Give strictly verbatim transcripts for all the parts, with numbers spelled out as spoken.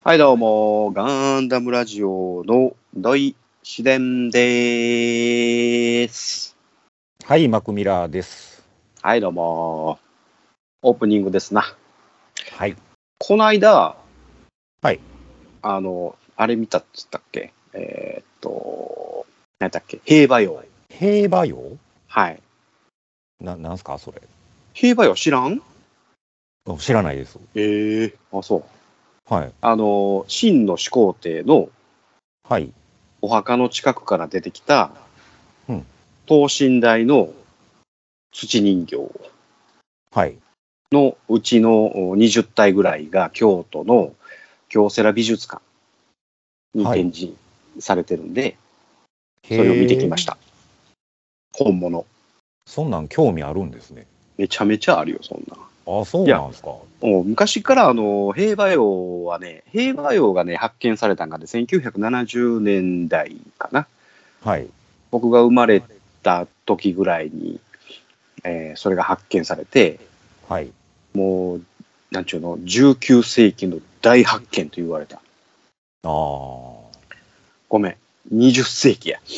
はいどうも、ガンダムラジオの土井紫伝でーす。 はい、マクミラーです。 はいどうも、オープニングですな。 はい。 この間、 はい。 あの、あれ見たっつったっけえー、っと、何だっけ兵馬俑。 兵馬俑はい。 な、なんすかそれ。 兵馬俑知らん？ あ知らないです。 ええー、あ、そう。 はい。 あの、秦の始皇帝のはい。 お墓の近くから出てきた、 うん。 等身大の土人形はい。 のうちのにじゅったいぐらいが京都の京セラ美術館にはい。 展示されてるんで、それを見てへえ。 きました。本物。 そんなん興味あるんですね。 めちゃめちゃあるよ、そんな。 あ、そいや、 うなんすか。 もう昔からあの、兵馬俑はね、兵馬俑がね、発見されたのがね、せんきゅうひゃくななじゅうねんだいかな。 はい。 僕が生まれた時ぐらいに、えーそれが発見されて、 はい。 もう、なんちゅうの、じゅうきゅうせいきの大発見と言われた。 ああ。 ごめん、にじゅっせいきや。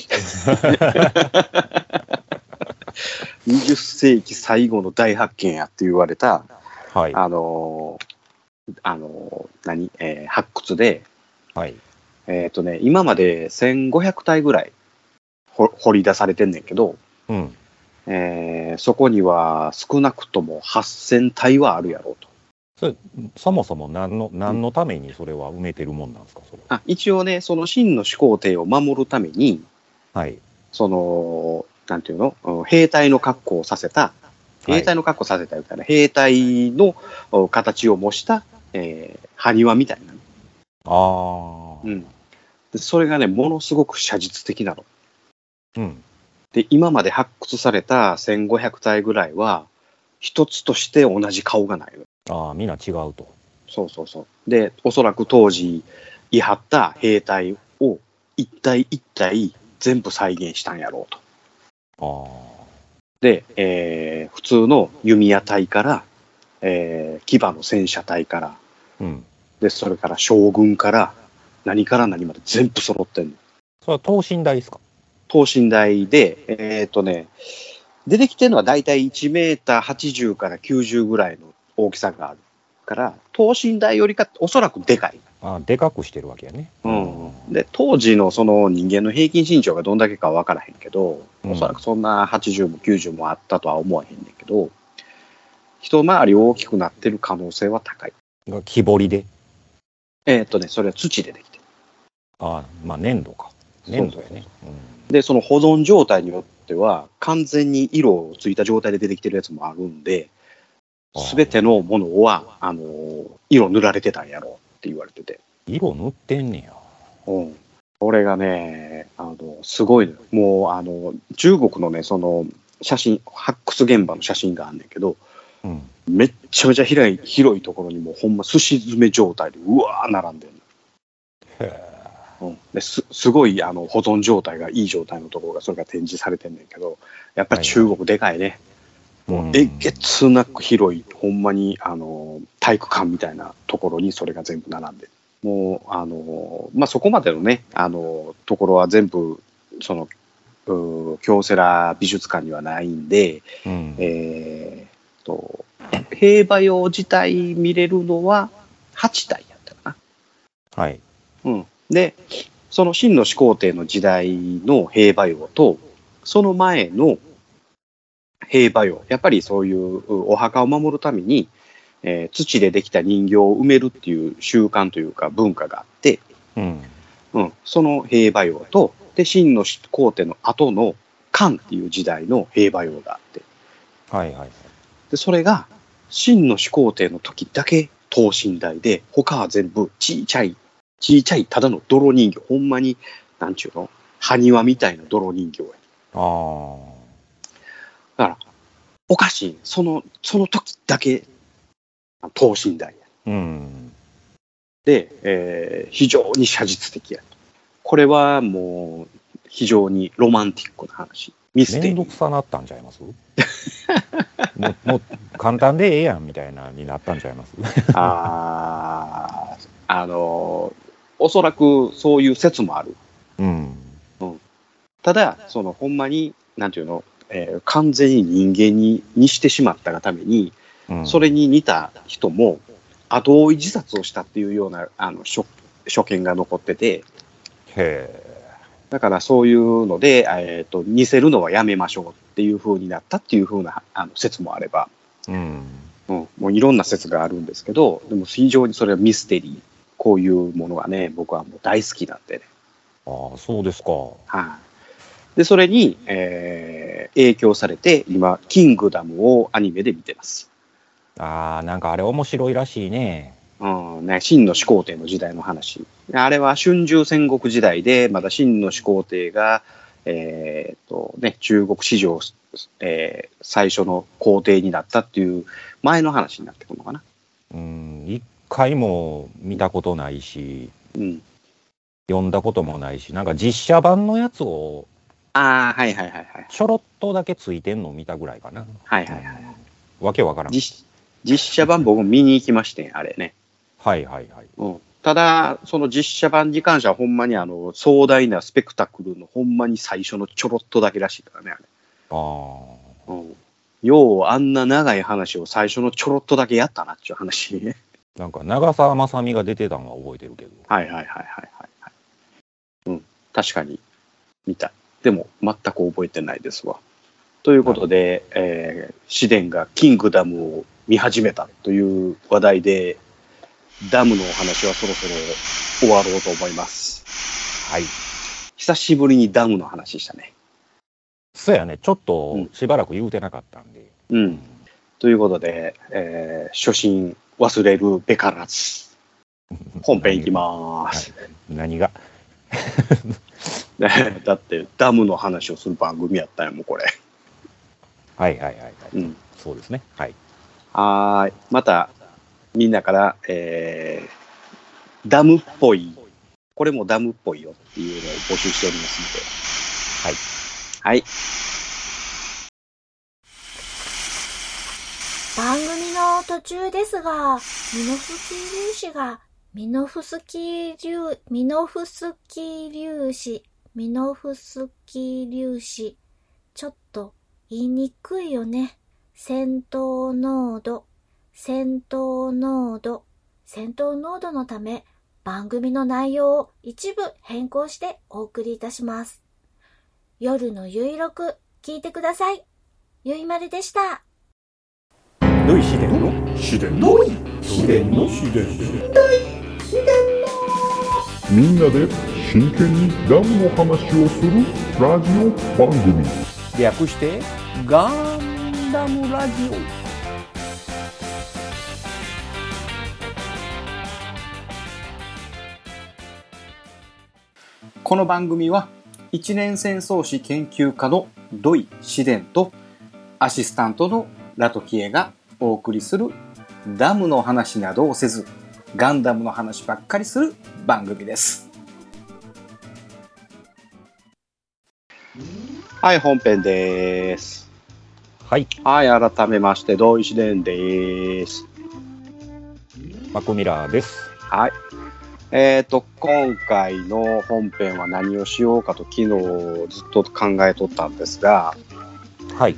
にじゅっせいき最後の大発見やって言われた、 はい。 あのーあのー何、えー発掘で、 はい。 えっとね、今までせんごひゃくたいぐらいほ掘り出されてんねんけど、 うん。 えーそこには少なくともはっせんたいはあるやろうと。 それ、そもそも何の、 うん何のためにそれは埋めてるもんなんですか、それは。 あ一応ね、その秦の始皇帝を守るために、 はい。 その、なんていうの、うん兵隊の格好をさせた、 はい。 兵隊の格好させたみたいな、兵隊のお形を模した、えー、埴輪みたいな。 ああ。 うん。で、それがね、ものすごく写実的なの。 うん。 で、今まで発掘されたせんごひゃくたいぐらいは、一つとして同じ顔がないの。 ああ、みんな違うと。 そうそうそう。で、おそらく当時、いはった兵隊を一体一体全部再現したんやろうと。 あで、えー普通の弓矢隊から、えー騎馬の戦車隊から、 あ。うん。 で、それから将軍から、何から何まで全部揃ってんの。 それは等身大ですか。 等身大で、えっとね、出てきてるのはだいたいいちメーターはちじゅうからきゅうじゅうぐらいの大きさがあるから、等身大よりかおそらくでかい。 ああ、でかくしてるわけやね。 うん、で、当時のその人間の平均身長がどんだけかは分からへんけど、 うんおそらくそんなはちじゅうもきゅうじゅうもあったとは思わへんねんけど、一回り大きくなってる可能性は高い。 が木彫りで。 えっとね、それは土でできてる。 ああ、まあ粘土か。粘土やね。 で、その保存状態によっては、完全に色をついた状態で出てきてるやつもあるんで、すべてのものは、あのー色塗られてたんやろうって言われてて。 うん、色塗ってんねや。 うん。これがね、あの、すごいのよ。もう、あの、中国のね、その、写真、発掘現場の写真があんねんけど、 うん。 めっちゃめちゃ広い、広いところにもうほんますし詰め状態で、うわー並んでるへえ。 の。うん、ですすごいあの保存状態がいい状態のところがそれが展示されてんねんけど、やっぱり中国でかいね。もうえげつなく広い、ほんまにあの体育館みたいなところにそれが全部並んでる。もうあのまあそこまでのねあのところは全部そのう京セラ美術館にはないんで、 うん、 えー、と兵馬俑自体見れるのははちたいやったかな。はい。 な。うん、でその秦の始皇帝の時代の兵馬俑とその前の兵馬俑、やっぱりそういうお墓を守るために、えー、土でできた人形を埋めるっていう習慣というか文化があって、 うん。 うん、その兵馬俑とで秦の始皇帝の後の漢っていう時代の兵馬俑があって、 はいはい。 でそれが秦の始皇帝の時だけ等身大で、他は全部ちいちゃいちいちゃいただの泥人形、ほんまになんちゅうの埴輪みたいな泥人形や。 ああ。 だからおかしい、そのその時だけ等身大や。 うん。 で、えー非常に写実的や。これはもう非常にロマンティックな話。ミステリー。 めんどくさなったんちゃいますもう、もう簡単でええやんみたいなになったんちゃいますああのおそらくそういう説もある。 うんうん、ただそのほんまになんていうの、えー完全に人間ににしてしまったがために、 うん、 それに似た人も後追い自殺をしたっていうようなあの書書見が残ってて、 へだからそういうので、えーと、似せるのはやめましょうっていう風になったっていう風なあの説もあれば、 え、うんうん、もういろんな説があるんですけど、でも非常にそれはミステリー、こういうものがね、僕はもう大好きなんでね。 ああそうですか。 はい。で、それに、えー影響されて、今、キングダムをアニメで見てます。 ああなんかあれ面白いらしいね。 うんね、秦の始皇帝の時代の話。あれは春秋戦国時代で、まだ秦の始皇帝が、えーとね、中国史上、えー最初の皇帝になったっていう前の話になってくるのかな。 うん一回も見たことないしうん、 読んだこともないし、なんか実写版のやつをああ、はいはいはいはい。 ちょろっとだけついてんのを見たぐらいかな。 はいはいはい。 うん、わけわからん。 実実写版僕も見に行きましてん、あれね。 はいはいはい。 うん、ただ、その実写版に関しては、ほんまにあの壮大なスペクタクルのほんまに最初のちょろっとだけらしいからね、あれ。 ああ。 うん、ようあんな長い話を最初のちょろっとだけやったなっていう話ね。 なんか長澤まさみが出てたのは覚えてるけど。 はいはいはいはいはいはい。うん、確かに見た。でも全く覚えてないですわ。ということで、えー、シデンがキングダムを見始めたという話題で、ダムのお話はそろそろ終わろうと思います。 はい。 久しぶりにダムの話したね。 そうやね、ちょっとしばらく言うてなかったんで。 うん。うん、ということで、えー、初心忘れるべからず。本編いきまーす。 何がだってダムの話をする番組やったんやもんこれ。 はいはいはいはい。 うん、 そうですね。はい。 はい。またみんなから、えー、ダムっぽい、これもダムっぽいよっていうのを募集しておりますので。はい。はい。 番組の途中ですが、ミノフスキー粒子が、ミノフスキー粒、ミノフスキー粒子、ミノフスキー粒子、ちょっと言いにくいよね。戦闘濃度、戦闘濃度、戦闘濃度のため、番組の内容を一部変更してお送りいたします。夜のゆいろく、聞いてください。ゆいまるでした。 どいしでんのしでんのしでんのしでんのみんなで真剣にダムの話をするラジオ番組、 略してガンダムラジオ。 この番組は一年戦争史研究家の土井紫伝とアシスタントのラトキエがお送りするダムの話などをせずガンダムの話ばっかりする番組です。はい、本編です。 はい。 はい、改めまして土井紫伝です。 マクミラーです。 はい。えーと、今回の本編は何をしようかと昨日ずっと考えとったんですが、 はい。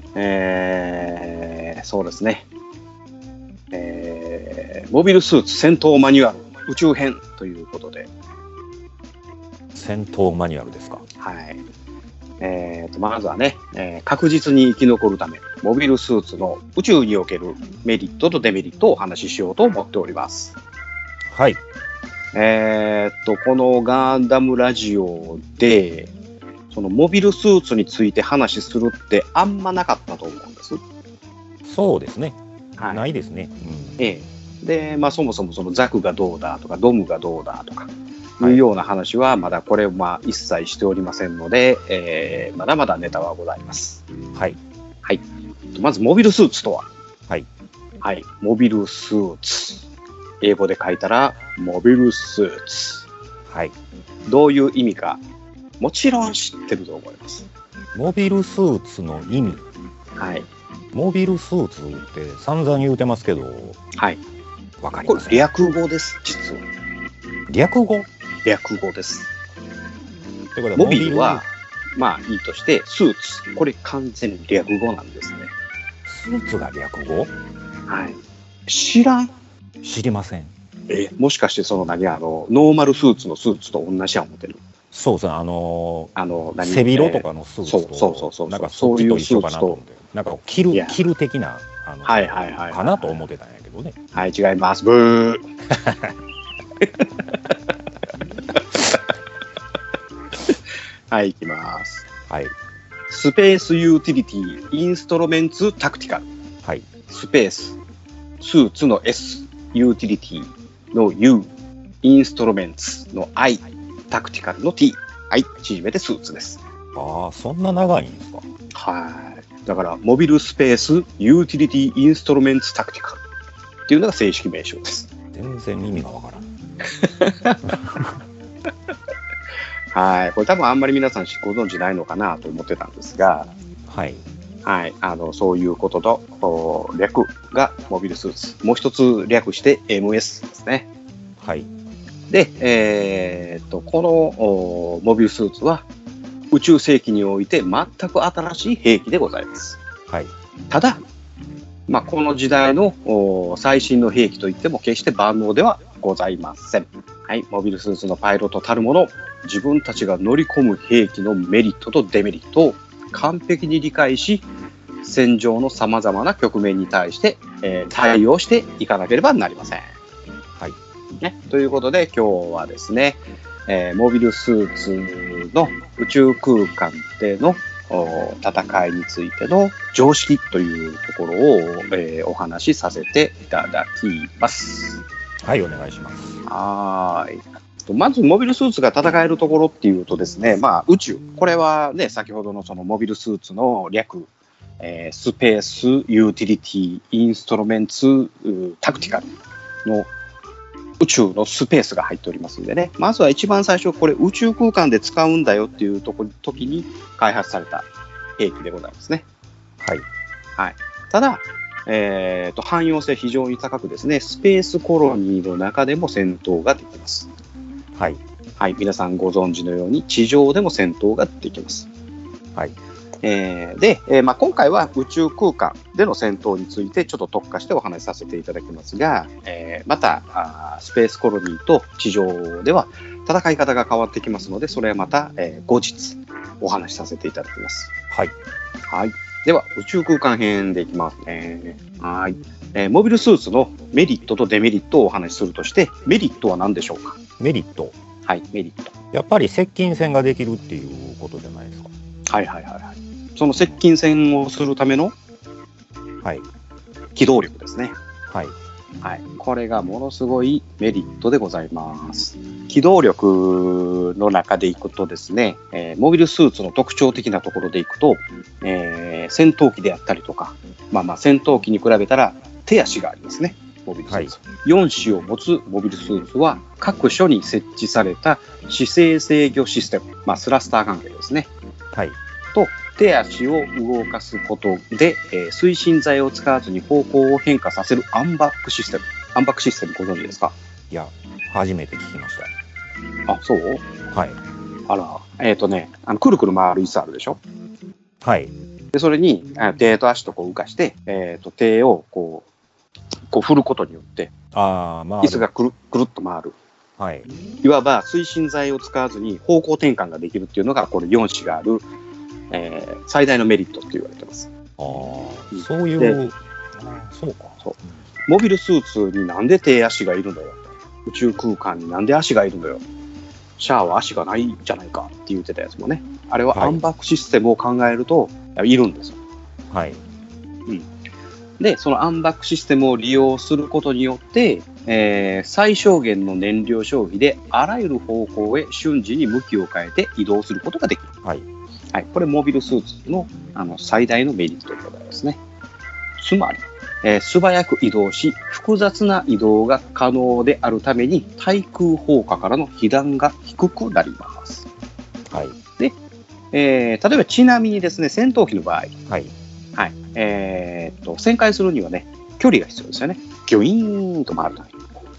えー、そうですね、えー、モビルスーツ戦闘マニュアル宇宙編ということで。 戦闘マニュアルですか。 はい。えーと、まずはね、えー、確実に生き残るため、モビルスーツの宇宙におけるメリットとデメリットをお話ししようと思っております。 はい。 えー、っと、このガンダムラジオで、そのモビルスーツについて話するってあんまなかったと思うんです。 そうですね。 はい、 ないですね。 うん、ええ。で、まあそもそもそのザクがどうだとかドムがどうだとかいうような話はまだこれは一切しておりませんので、えー、まだまだネタはございます。 はい。 はい。まずモビルスーツとは。 はい。 はい。モビルスーツ。英語で書いたらモビルスーツ。 はい。 どういう意味かもちろん知ってると思います。 モビルスーツの意味。 はい。 モビルスーツって散々言うてますけど、 はい。 わかりません。 これ略語です、実は。 略語略語です。 ということはモビルは、まあいいとして、スーツ。これ完全に略語なんですね。 スーツが略語？ はい。知らん？ 知りません。 え、もしかしてその何あの、ノーマルスーツのスーツと同じや思ってる？ そうですね、あのー、 あの何背広とかのスーツと、 そうそうそうそう、 なんかそっちと一緒かなと思って、なんか着る着る的なあの、 はいはいはい、 かなと思ってたんやけどね。 はい、違います。ブー。はい、いきます。 はい。 スペースユーティリティインストロメンツタクティカル。 はい。 スペーススーツの S、ユーティリティの U、インストロメンツの I、タクティカルの T。はい、縮めてスーツです。 ああ、そんな長いんですか？ はい。だから、モビルスペースユーティリティインストロメンツタクティカルっていうのが正式名称です。 全然意味がわからん。 はい。これ多分あんまり皆さんご存知ないのかなと思ってたんですが、 はい。 はい。あの、そういうことと、略がモビルスーツ。もう一つ略して エムエス ですね。 はい。 で、えー、っと、このモビルスーツは宇宙世紀において全く新しい兵器でございます。 はい。 ただ、まあ、この時代の最新の兵器といっても決して万能ではございません。はい。モビルスーツのパイロットたるもの、自分たちが乗り込む兵器のメリットとデメリットを完璧に理解し、戦場の様々な局面に対して、えー、対応していかなければなりません。 はい。 ね、ということで今日はですね、えー、モビルスーツの宇宙空間での戦いについての常識というところを、えー、お話しさせていただきます。 はい、お願いします。 はい。まずモビルスーツが戦えるところっていうとですね、まあ宇宙、これはね、先ほどのそのモビルスーツの略、えー、スペース、ユーティリティ、インストロメンツ、タクティカルの宇宙のスペースが入っておりますんでね、まずは一番最初、これ宇宙空間で使うんだよっていうとこ時に開発された兵器でございますね。 はい。 はい。ただ、えーと、汎用性非常に高くですね、スペースコロニーの中でも戦闘ができます。 はい。 はい。皆さんご存知のように、地上でも戦闘ができます。 はい。 えー、で、えーまあ、今回は宇宙空間での戦闘についてちょっと特化してお話しさせていただきますが、えー、またあスペースコロニーと地上では戦い方が変わってきますので、それはまた、えー、後日お話しさせていただきます。 はい。 はい。では宇宙空間編でいきますね。はい、えー。モビルスーツのメリットとデメリットをお話しするとして、メリットは何でしょうか？ メリット。 はい、メリット。 やっぱり接近戦ができるっていうことじゃないですか。 はいはいはいはい。その接近戦をするための、 はい、 機動力ですね。 はい。 はい。これがものすごいメリットでございます。機動力の中でいくとですね、えー、モビルスーツの特徴的なところでいくと、えー、戦闘機であったりとか、まあまあ戦闘機に比べたら手足がありますね。モビルスーツ。はい、よん子を持つモビルスーツは各所に設置された姿勢制御システム、まあスラスター関係ですね。 はい。 と、手足を動かすことで、えー、推進剤を使わずに方向を変化させるアンバックシステム。アンバックシステムご存知ですか？ いや、初めて聞きました。あ、そう？ はい。 あら、えっ、ー、とね、あのくるくる回る椅子あるでしょ？ はい。 で、それに手と足とこう浮かして、えっ、ー、と手をこう、こう振ることによって、 あまあ、 椅子がくるくるっと回る。はい。いわば推進剤を使わずに方向転換ができるっていうのが、これよん子がある、えー、最大のメリットって言われてます。 ああ、そういう、あそうか。 そう。モビルスーツになんで手足がいるのよ。宇宙空間になんで足がいるのよ。シャアは足がないじゃないかって言ってたやつもね。あれはアンバックシステムを考えると、はい、いるんですよ。 はい。 うん。で、そのアンバックシステムを利用することによって、えー、最小限の燃料消費であらゆる方向へ瞬時に向きを変えて移動することができる。 はい。 はい、これモビルスーツの、あの最大のメリットでございますね。つまり、えー、素早く移動し、複雑な移動が可能であるために対空砲火からの被弾が低くなります。 はい。 で、えー、例えばちなみにですね、戦闘機の場合、 はい。 はい、えー、っと旋回するにはね、距離が必要ですよね。ギュイーンと回るために。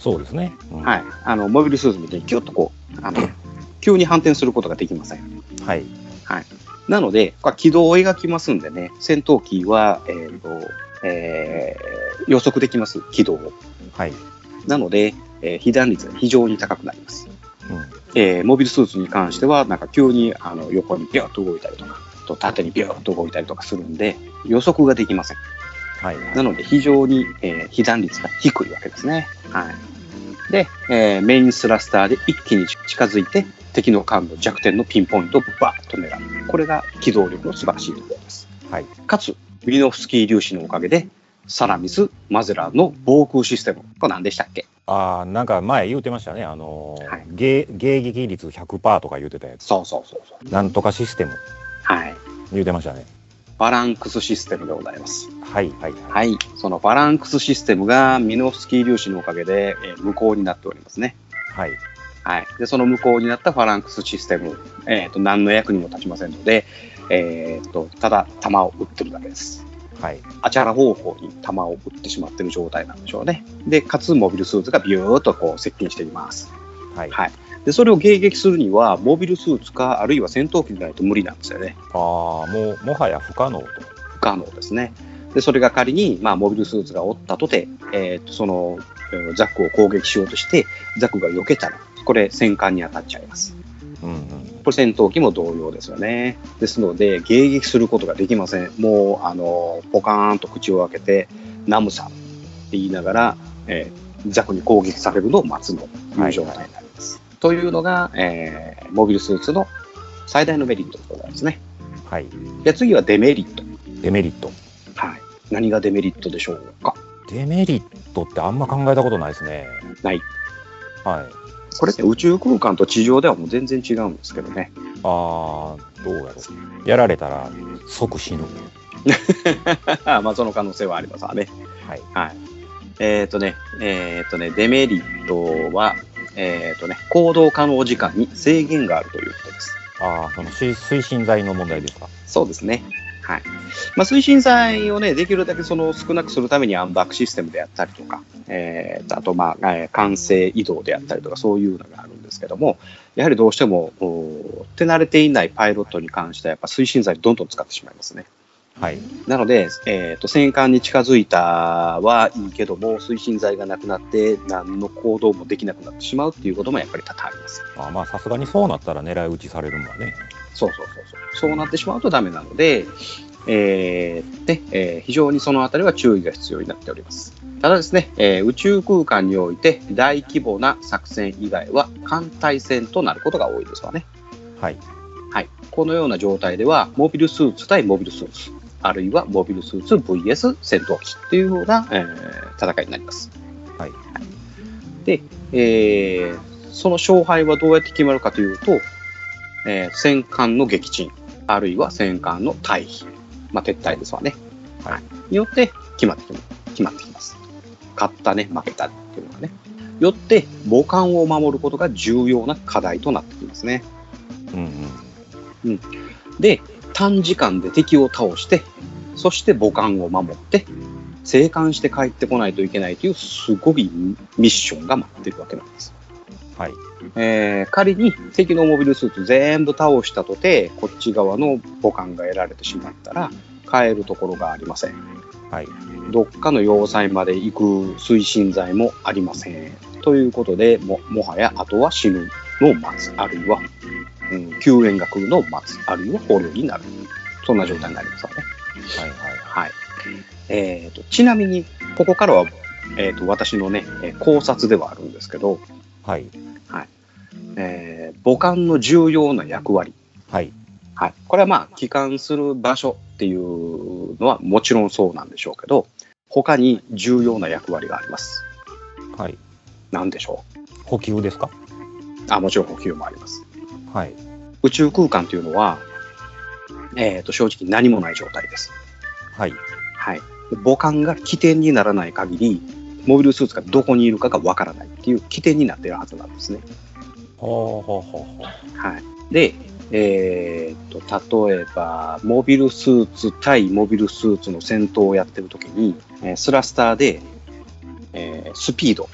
そうですね。うん、 はい。あの、モビルスーツみたいにキュッとこう、あの、急に反転することができません。 はい。 はい。なので、これ軌道を描きますんでね、戦闘機は、えーとえー、予測できます、軌道を。 はい。 なので、えー、被弾率が非常に高くなります。 うん、 えー、モビルスーツに関しては、なんか急にあの横にビューッと動いたりとか、と縦にビューッと動いたりとかするんで、予測ができません。はい。なので、非常に、えー、被弾率が低いわけですね。はい。で、えー、メインスラスターで一気に近づいて、敵の艦の弱点のピンポイントをバーッと狙う。これが機動力の素晴らしいところです。はい。かつ、ミノフスキー粒子のおかげで、サラミス、マゼラーの防空システム。これ何でしたっけ？ ああ、なんか前言うてましたね。あのーはい、迎, 迎撃率 ひゃくパーセント とか言うてたやつ。 そうそうそうそう。 なんとかシステム。はい。言うてましたね。 ファランクスシステムでございます。 はいはい、 はい。はい。そのファランクスシステムがミノフスキー粒子のおかげで、えー、無効になっておりますね。はい。はい。で、その無効になったファランクスシステム、えっと、何の役にも立ちませんので、えっと、ただ弾を撃ってるだけです。はい。あちゃら方向に弾を撃ってしまっている状態なんでしょうね。で、かつモビルスーツがビューッとこう接近しています。はい。はい。で、それを迎撃するには、モビルスーツか、あるいは戦闘機でないと無理なんですよね。 ああ、もう、もはや不可能と。 不可能ですね。で、それが仮に、まあ、モビルスーツがおったとて、えっと、その、ザクを攻撃しようとして、ザクが避けたら、これ、戦艦に当たっちゃいます。うんうん、これ戦闘機も同様ですよね。ですので迎撃することができません。もうあのポカーンと口を開けてナムサって言いながら、えー、ザクに攻撃されるのを待つのという状態になります。はい、というのが、えー、モビルスーツの最大のメリットでございますね。はい。で次はデメリット。 デメリット。 はい。何がデメリットでしょうか。 デメリットってあんま考えたことないですね。 ない。 はい。 これって宇宙空間と地上ではもう全然違うんですけどね。 ああ、どうやろう。やられたら即死ぬ。 まあその可能性はありますわね。はい。はい。えっ、ー、とね、えっ、ー、とね、デメリットは、えっ、ー、とね、行動可能時間に制限があるということです。 ああ、その推進剤の問題ですか。 そうですね。はい。まあ、推進剤をね、できるだけその少なくするためにアンバックシステムであったりとか、えー、あと、まあ、えー、管制移動であったりとか、そういうのがあるんですけども、やはりどうしても、手慣れていないパイロットに関しては、やっぱ推進剤どんどん使ってしまいますね。はい。なので、えっと、戦艦に近づいたはいいけども、推進剤がなくなって、何の行動もできなくなってしまうっていうこともやっぱり多々あります。 あまあ、さすがにそうなったら狙い撃ちされるのはね。 そうそうそうそう。そうなってしまうとダメなので、えーでえー、非常にそのあたりは注意が必要になっております。ただですね、えー、宇宙空間において大規模な作戦以外は艦隊戦となることが多いですわね。はい。はい。このような状態では、モビルスーツ対モビルスーツ、あるいはモビルスーツ ブイエス 戦闘機というような、えー、戦いになります。はい。はい、で、えー、その勝敗はどうやって決まるかというと、えー、戦艦の撃沈、あるいは戦艦の退避、まあ、撤退ですわね。はい。によって決まってきます。決まってきます。勝ったね、負けたっていうのがね。よって、母艦を守ることが重要な課題となってきますね。うんうん。うん。で、短時間で敵を倒して、そして母艦を守って、生還して帰ってこないといけないというすごいミッションが待っているわけなんです。はい。えー、仮に敵のモビルスーツ全部倒したとて、こっち側の母艦が得られてしまったら、帰るところがありません。はい。どっかの要塞まで行く推進剤もありません。ということで、も、もはやあとは死ぬのを待つ。あるいは、うん、救援が来るのを待つ。あるいは捕虜になる。そんな状態になりますわね。はいはいはい。えーと、ちなみに、ここからは、えーと、私のね、考察ではあるんですけど、はい。はい。えー、母艦の重要な役割。はい。はい。これはまあ、帰還する場所っていうのはもちろんそうなんでしょうけど、他に重要な役割があります。はい。何でしょう？ 補給ですか？ あ、もちろん補給もあります。 はい。 宇宙空間というのは、えーと、正直何もない状態です。はい。はい。母艦が起点にならない限り、モビルスーツがどこにいるかがわからないっていう起点になっているはずなんですね。ほうほうほうほう。はい。で、えー、と例えばモビルスーツ対モビルスーツの戦闘をやってるときに、えー、スラスターで、えー、スピード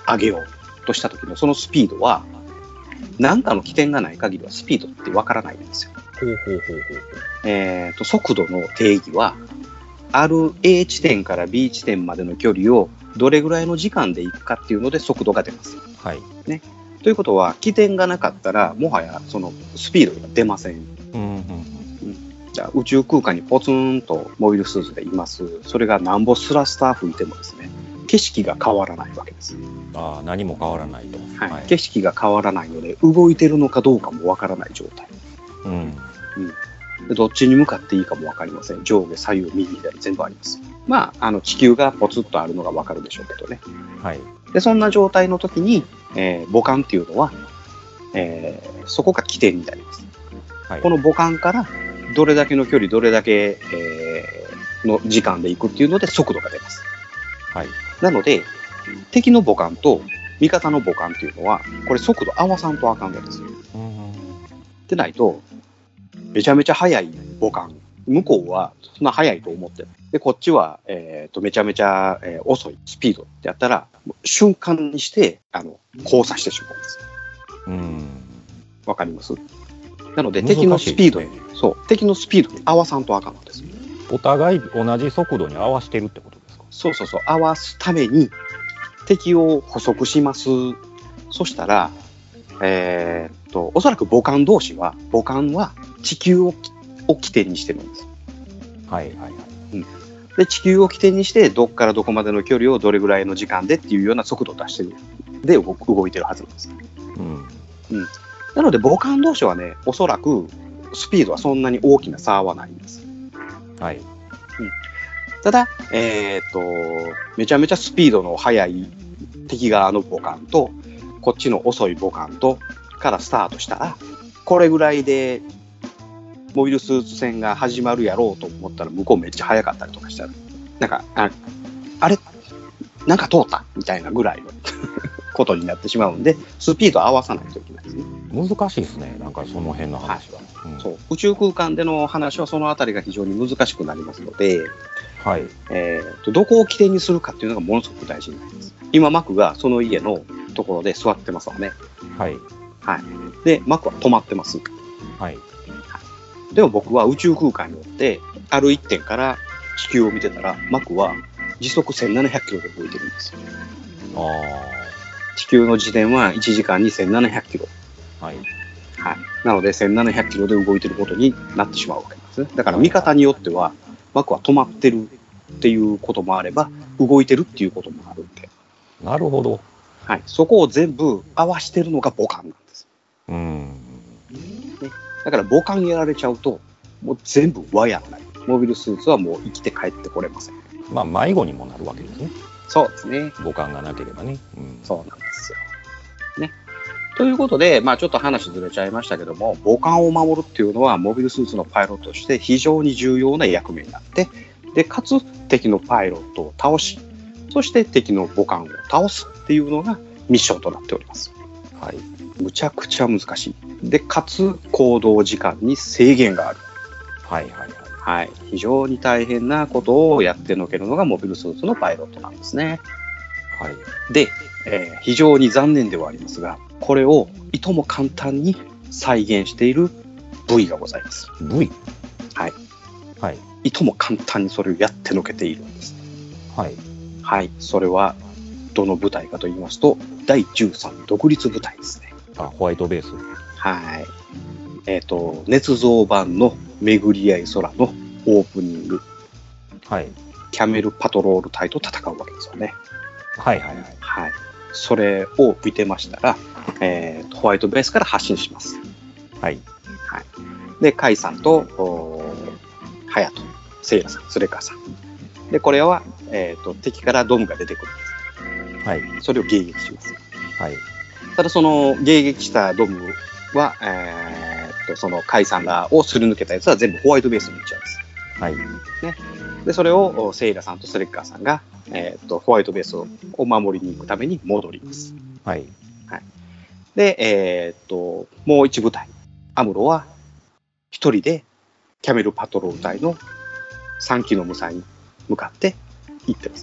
上げようとした時のそのスピードは、何かの起点がない限りはスピードってわからないんですよ。 ほうほうほうほう。 えーと、速度の定義は、ある A 地点から B 地点までの距離をどれぐらいの時間で行くかっていうので速度が出ます。 はい。 ね。ということは、起点がなかったら、もはやそのスピードが出ません。 うんうんうん。 じゃあ宇宙空間にポツンとモビルスーツでいます。それがなんぼスラスター吹いてもですね、景色が変わらないわけです。 ああ、何も変わらないと。 はいはい、 景色が変わらないので、動いてるのかどうかもわからない状態。 うん。 うん、でどっちに向かっていいかもわかりません。上下、左右、右、左、全部あります。まあ、あの地球がポツッとあるのがわかるでしょうけどね。 はい。 で、そんな状態の時に、えー母艦っていうのは、えーそこが起点になります。 はい、 この母艦からどれだけの距離、どれだけ、えーの時間で行くっていうので速度が出ます。 はい。 なので、敵の母艦と味方の母艦っていうのは、これ速度合わさんとあかんのですよ。 うんうん。 でないと、めちゃめちゃ速い母艦、向こうはそんな速いと思ってる。で、こっちは、えーと、めちゃめちゃ、えー遅いスピードってやったら、瞬間にして、あの、交差してしまうんです。 うん。 わかります？なので、敵のスピードに、 難しいですね。 そう、敵のスピードに合わさんとあかんのですよ。 お互い同じ速度に合わせてるってことですか？ そうそうそう、合わすために敵を捕捉します。そしたら、えー、っと、おそらく母艦同士は、母艦は地球をを起点にしてるんです。 はいはいはい。 うん、で、地球を起点にして、どっからどこまでの距離をどれぐらいの時間でっていうような速度を出してる。で、動動いてるはずなんです。 うん。 うん。なので、母艦同士はね、おそらくスピードはそんなに大きな差はないんです。 はい。 うん、ただ、えー、っと、めちゃめちゃスピードの速い敵側の母艦と、こっちの遅い母艦と、からスタートしたら、これぐらいで、モビルスーツ戦が始まるやろうと思ったら、向こうめっちゃ速かったりとかしたら、なんか、あ、あれなんか通ったみたいなぐらいのことになってしまうんで、スピード合わさないといけないですね。 難しいですね、なんかその辺の話は。 はい、 うん、 そう宇宙空間での話はそのあたりが非常に難しくなりますので、 はいえー、とどこを起点にするかっていうのがものすごく大事になります。今、マクがその家のところで座ってますわね。 はい。 はい。で、マクは止まってます。 はい。 でも僕は宇宙空間によって、ある一点から地球を見てたら、マクは時速せんななひゃくキロで動いてるんですよ。 あ地球の自転はいちじかんにせんななひゃくキロ。 はい。 はい。なのでせんななひゃくキロで動いてることになってしまうわけなんですね。だから見方によっては、マクは止まってるっていうこともあれば、動いてるっていうこともあるんで。 なるほど。 はい。そこを全部合わしてるのが母艦なんです。 うん。 ね、だから母艦やられちゃうと、もう全部輪やない。モビルスーツはもう生きて帰ってこれません。 まあ迷子にもなるわけですね。 そうですね。 母艦がなければね。うん、 そうなんですよ。ね。ということで、まあちょっと話ずれちゃいましたけども、母艦を守るっていうのは、モビルスーツのパイロットとして非常に重要な役目になって、で、かつ敵のパイロットを倒し、そして敵の母艦を倒すっていうのがミッションとなっております。 はい。 むちゃくちゃ難しい。で、かつ行動時間に制限がある。 はいはいはい。 はい。非常に大変なことをやってのけるのがモビルスーツのパイロットなんですね。 はい。 で、えー非常に残念ではありますが、これをいとも簡単に再現している部位がございます。 ブイ。 はい。 はい。 いとも簡単にそれをやってのけているんです。 はい。 はい。それはどの部隊かと言いますと、だいじゅうさん独立部隊ですね。 あ、ホワイトベース。 はい。えっ、と、捏造版の巡り合い空のオープニング、 はい。 キャメルパトロール隊と戦うわけですよね。 はいはいはい。 はい。それを見てましたら、えーと、ホワイトベースから発進します。 はい。 はい。で、カイさんと、おーハヤト、セイラさん、スレッカーさん。で、これは、えーと、敵からドムが出てくるんです。 はい。 それを迎撃します。 はい。 ただ、その迎撃したドムは、えーと、そのカイさんらをすり抜けたやつは全部ホワイトベースに行っちゃいます。 はい。 で、それをおセイラさんとスレッカーさんが、えー、とホワイトベースをを守りに行くために戻ります。 はい。 はい、で、えー、ともう一部隊、アムロは一人でキャメルパトロール隊のさんきの無彩に向かって行ってますね。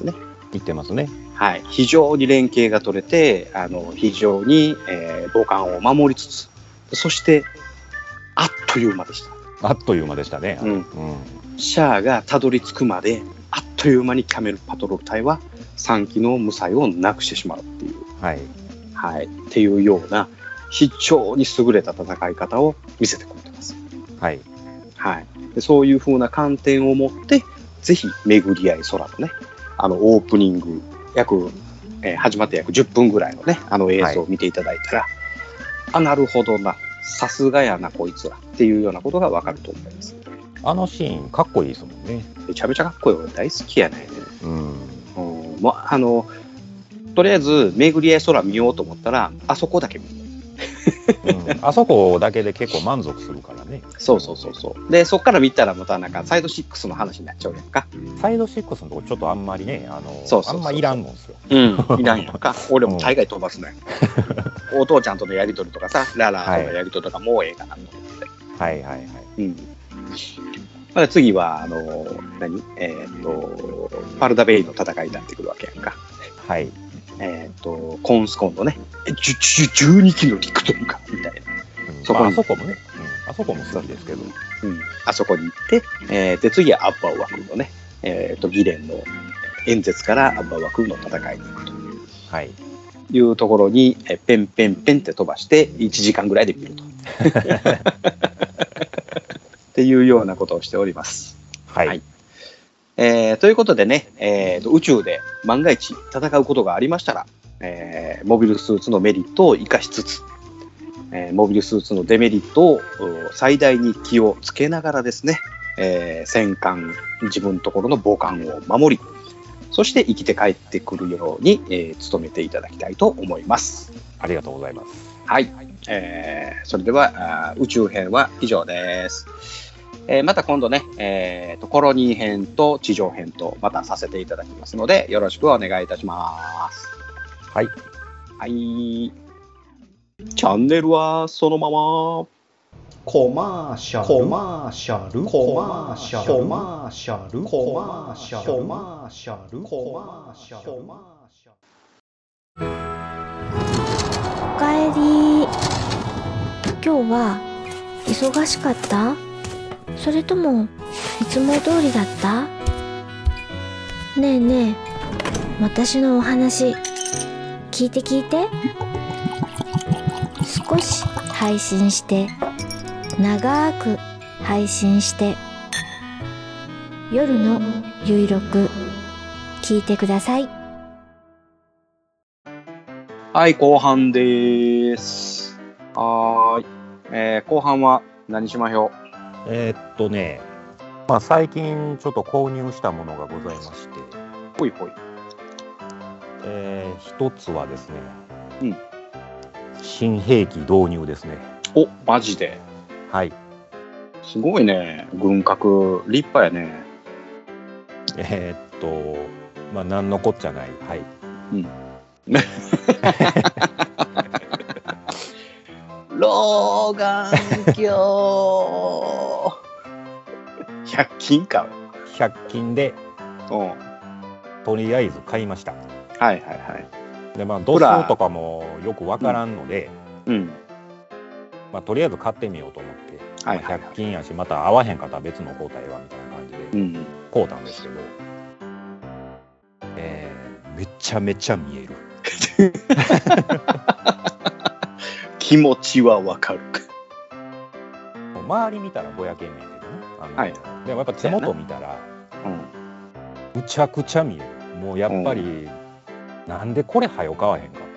言ってますね。 はい、非常に連携が取れて、あの非常に、えー、母艦を守りつつ、そしてあっという間でした。 あっという間でしたね。 うんうん、 シャアがたどり着くまであっという間にキャメルパトロール隊はさん機の無彩をなくしてしまうっていう、 はいはい、っていうような非常に優れた戦い方を見せてくれてます。 はいはい、でそういう風な観点を持ってぜひ巡り合い空のね、あのオープニング約、えー、始まって約じゅっぷんぐらいのね、あの映像を見ていただいたら、はい、あ、なるほどな、さすがやなこいつらっていうようなことがわかると思います。 あのシーンかっこいいですもんね。 めちゃめちゃかっこいい。俺大好きやね。 うん、 うん、もうあのとりあえず巡り合い空見ようと思ったらあそこだけ見る。 うん、あそこだけで結構満足するからね。 そうそうそうそう。でそっから見たらまたなんかサイドシックスの話になっちゃうやんか。 サイドシックスのとこちょっとあんまりね、あのそうそうそうそう、 あんまいらんのですよ。 うん、いらんやんか。俺も大概飛ばすのよ。うん、お父ちゃんとのやり取りとかさ、ララとのやり取りとかもうええかなと思って。 はいはいはい。 うん。まあ、次はあの何えっ、ー、とパルダベイの戦いになってくるわけやんか。 はい。 えっ、ー、とコンスコンのね、じゅうに機の陸というかみたいな。 うん、そこ、まあ、あそこもね、うん、あそこも好きですけど、 うん、あそこに行って、えー、で次はアッバーワクのね、えー、とギレンの演説からアッバーワクの戦いに行くと、はい、いうところにえペンペンペンって飛ばしていちじかんぐらいで見るとっていうようなことをしております。 はい、 はい、えー、ということでね、えー、と宇宙で万が一戦うことがありましたら、えー、モビルスーツのメリットを生かしつつ、えー、モビルスーツのデメリットを最大に気をつけながらですね、えー、戦艦、自分のところの母艦を守り、そして生きて帰ってくるように、えー、努めていただきたいと思います。 ありがとうございます。 はい、えー、それでは宇宙編は以上です。えー、また今度ね、えーと、コロニー編と地上編とまたさせていただきますので、よろしくお願いいたします。 はい。 はい。チャンネルはそのまま。 コマーシャル、コマーシャル、コマーシャル、コマーシャル、コマーシャル、コマーシャル、コマーシャル、コマーシャル。 おかえり。今日は忙しかった？それともいつも通りだった？ねえねえ、私のお話聞いて聞いて。少し配信して長く配信して夜のゆいろく聞いてください。 はい、後半です。はーい、えー、後半は何しましょう。 えー、っとね、まあ、最近ちょっと購入したものがございまして、 ほいほい、 えー、一つはですね、 うん、 新兵器導入ですね。 お、マジで。 はい。 すごいね、軍拡立派やね。 えー、っとまあ何のこっちゃない。はい。うん。 老眼鏡ひゃく均か。 ひゃく均で、うん、とりあえず買いました。 はいはいはい。 でまあ度数とかもよくわからんので、 うんうん、 まあ、とりあえず買ってみようと思って、 はいはいはい、 ひゃく均やしまた合わへんかったら別の交代はみたいな感じで、うん、買うたんですけど、えー、めちゃめちゃ見える。 気持ちはわかる。 周り見たらぼやけんねんけどね。あの、はい、でもやっぱ手元見たら、うん、むちゃくちゃ見える。もうやっぱり、うん、なんでこれ早買わへんか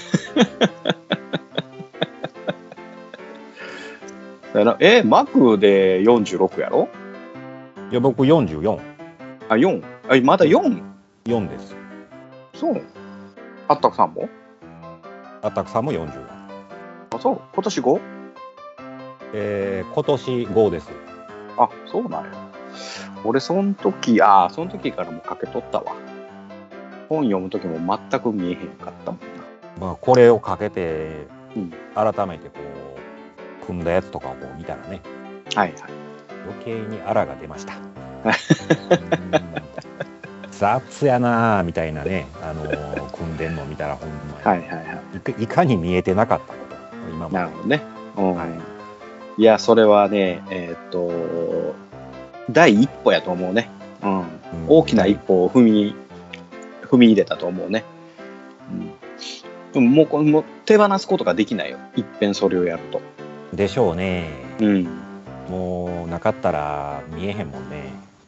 ったえ、マクでよんじゅうろくやろ。 いや僕よんじゅうよん。 あ、よん。あ、まだ よん? よん です。 そう。あったくさんもあったくさんもよんじゅうよん。 あ、そう。今年 ご? えー、今年ごです。 あ、そうなんや。俺その時、ああ、その時からもかけとったわ。本読む時も全く見えへんかったもんな。 まあこれをかけて、 うん、 改めてこう組んだやつとかをこう見たらね、 はいはい、 余計にあらが出ました。 雑やなみたいなね、あのー、組んでんの見たらほんまに、はいはいはい、いか、いかに見えてなかったこと今まで。 なるほどね、うん、はい、いやそれはねえー、っと第一歩やと思うね、うんうん、大きな一歩を踏み踏み入れたと思うね、うん、でももうこれも手放すことができないよ、いっぺんそれをやると。 でしょうね、 うん、 もうなかったら見えへんもんね。 うん、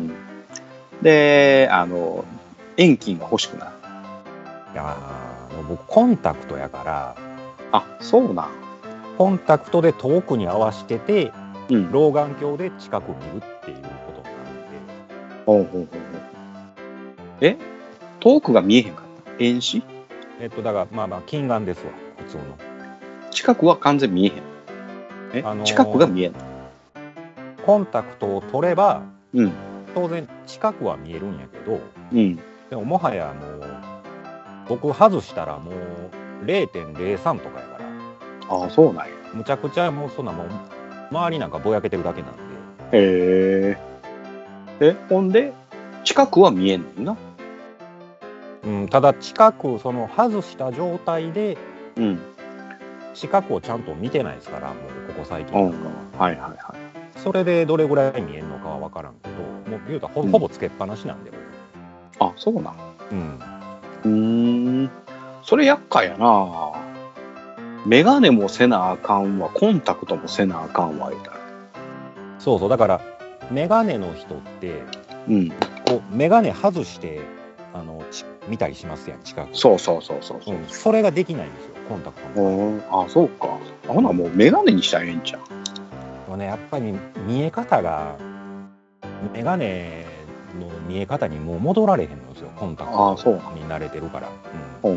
であの遠近が欲しくなる。 いや僕コンタクトやから。 あ、そうなん。 コンタクトで遠くに合わせてて、うん、老眼鏡で近く見るっていうことになるんで。 ほうほうほうほう。え、遠くが見えへんかった？遠視？ えっとだからまあまあ近眼ですわ、普通の。 近くは完全見えへん。え、あのー、近くが見えんの？ コンタクトを取れば、 うん、 当然近くは見えるんやけど、 うん、 でももはやもう僕外したらもう れいてんれいさん とかやから。 ああ、そうなんや。 むちゃくちゃもうそんなもん周りなんかぼやけてるだけなんで。 へえ。え、ほんで近くは見えんのな。 うん、ただ近くその外した状態で、 うん、 近くをちゃんと見てないですから、もうここ最近なんかは。はいはいはい。 それでどれぐらい見えるのかは分からんけど、もう言うたら ほ,、うん、ほぼつけっぱなしなんで。 あ、そうなん。 うん。 うーん。それ厄介やな。メガネもせなあかんわ、コンタクトもせなあかんわみたいな。 そうそう、だからメガネの人って、 うん、 こうメガネ外してあの見たりしますやん、近く。 そうそうそうそうそう、 うん、それができないんですよ、コンタクトの。あ、そうか。あほなもうメガネにしたらええんちゃう。 もうね、やっぱり見え方がメガネの見え方にもう戻られへんのですよ、コンタクトに慣れてるから。 うん。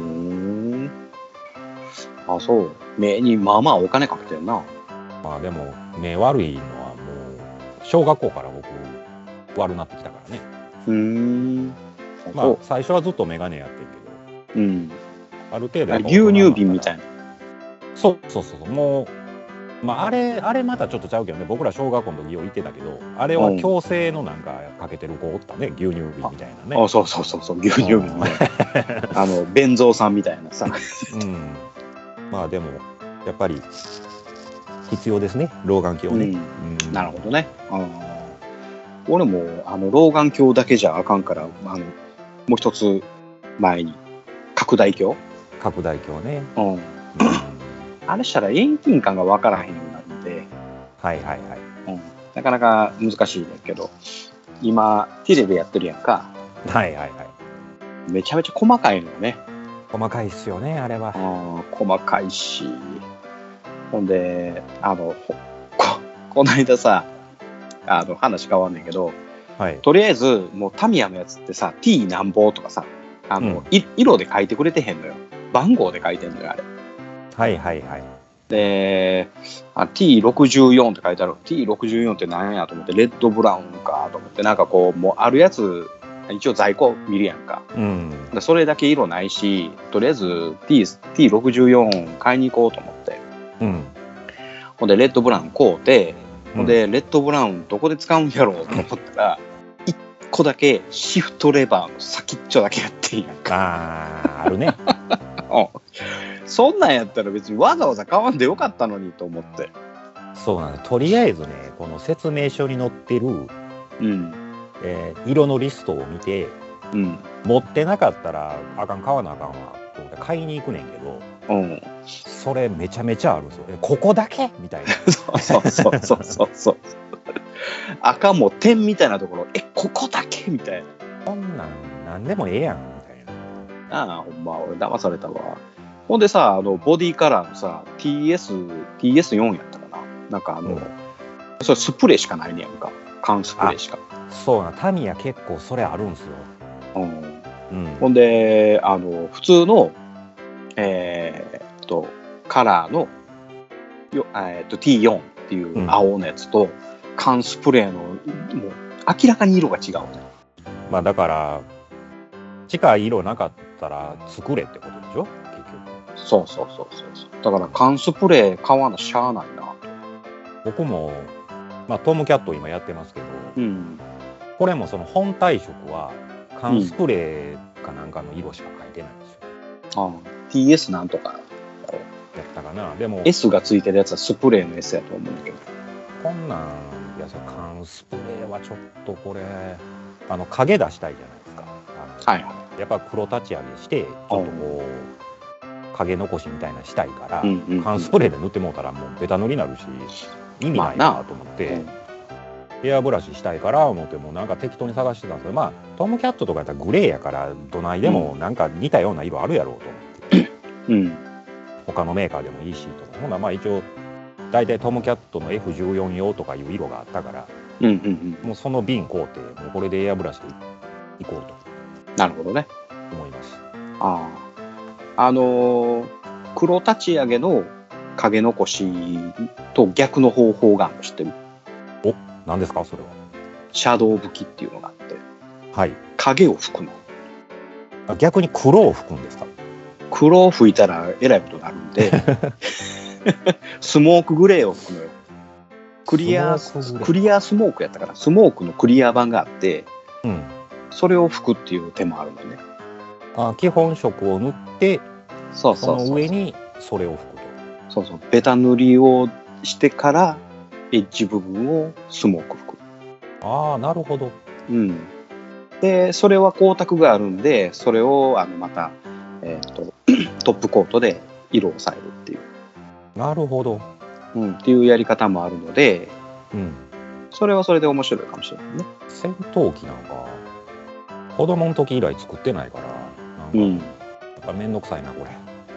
あ、そう。目にまあまあお金かけてんな。 まあでも目悪いのはもう小学校から僕悪なってきたからね。 うーん。 まあ最初はずっとメガネやってるけど、うん、 ある程度牛乳瓶みたいな。 そうそうそう、もうまああれあれまたちょっとちゃうけどね、僕ら小学校の時よう言ってたけど、あれは矯正のなんかかけてる子おったね、牛乳瓶みたいなね。 あ、そうそうそうそう牛乳瓶ね。あの弁蔵さんみたいなさ。 うん。まあでもやっぱり必要ですね、老眼鏡ね。 うんうん、なるほどね。あ俺もあの老眼鏡だけじゃあかんから、あのもう一つ前に拡大鏡。 拡大鏡ね。 うん。うん、あれしたら遠近感が分からへんようになるんで。 はいはいはい。 うん、なかなか難しいんだけど、今テレビやってるやんか。 はいはいはい。めちゃめちゃ細かいのよね。 細かいっすよね、あれは。 あ細かいし、ほんであの こ, この間さ、あの話変わんねんけど、はい、とりあえずもうタミヤのやつってさ ティー なんぼとかさ、あの、うん、色で書いてくれてへんのよ、番号で書いてんのよあれ。 はいはいはい。 で ティーろくじゅうよん って書いてある。 ティーろくじゅうよん って何やと思って、レッドブラウンかと思って、なんかこうもうあるやつ一応在庫見るやんか、うん、それだけ色ないし、とりあえず ティーろくじゅうよん 買いに行こうと思って、うん、ほんでレッドブラウン買うて、ほんでレッドブラウンどこで使うんやろうと思ったら、いっこだけシフトレバーの先っちょだけやってんやんか。 あーあるね。 そんなんやったら別にわざわざ買わんでよかったのにと思って。 そうなんだ。とりあえずね、この説明書に載ってる、うんえー、色のリストを見て、うん、持ってなかったらあかん、買わなあかんわと思って買いに行くねんけど、うん、それめちゃめちゃあるんですよ。ここだけみたいな。 そうそうそうそうそう。赤も点みたいなところ、えここだけみたいな。 こんなんなんでもええやんみたいな。ああほんま俺騙されたわ。ほんでさ、あのボディカラーのさ ティーエス ティーエスよん やったかな、なんかあの、うん、それスプレーしかないねやんか、缶スプレーしか。 そうな、タミヤ結構それあるんすよ。うん。 うん、ほんであの普通のえー、っとカラーのよ、えー、っと ティーよん っていう青のやつと、うん、缶スプレーのもう明らかに色が違うね。 まあだから近い色なかったら作れってことでしょ、結局。 そうそうそうそう。だから缶スプレー買わなしゃあないなと。 僕もまあトムキャット今やってますけど、うん、これもその本体色は缶スプレーかなんかの色しか書いてないんですよ。 ああ ティーエス なんとかやったかな。でも S がついてるやつはスプレーの S やと思うんだけど、 こんなんいやそ缶スプレーはちょっとこれあの影出したいじゃないですか。あの、はい、やっぱ黒立ち上げしてちょっとこう影残しみたいなしたいから、うんうんうん、缶スプレーで塗ってもうたらもうベタ塗りになるし意味ないなと思って、まあ、エアブラシしたいから思ってもなんか適当に探してたんですけど、まあトムキャットとかやったらグレーやからどないでもなんか似たような色あるやろうと思って、うん、他のメーカーでもいいしとほんならまあ一応大体トムキャットの エフじゅうよん 用とかいう色があったから、うんうんうん、もうその瓶買うてもうこれでエアブラシでいこうと。 なるほどね。 思います。 ああ、あのー、黒立ち上げの影残しと逆の方法があるの知ってる？ お、何ですかそれは？ シャドウ拭きっていうのがあって、 はい、 影を拭くの。 あ、逆に黒を拭くんですか？ 黒を拭いたらえらいことになるんでスモークグレーを拭くのよ。クリアクリアスモークやったからスモークのクリア版があって、うん、それを拭くっていう手もあるのね。 あ、基本色を塗ってそうそうそう、その上にそれを拭くと。 そうそう、ベタ塗りをしてからエッジ部分をスモーク拭く。 ああ、なるほど。 うん。でそれは光沢があるんでそれをあのまた、えー、とトップコートで色を抑えるっていう。 なるほど。 うん、っていうやり方もあるので、うん、それはそれで面白いかもしれないね。 戦闘機なんか子供の時以来作ってないからなんか、うん、やっぱめんどくさいなこれ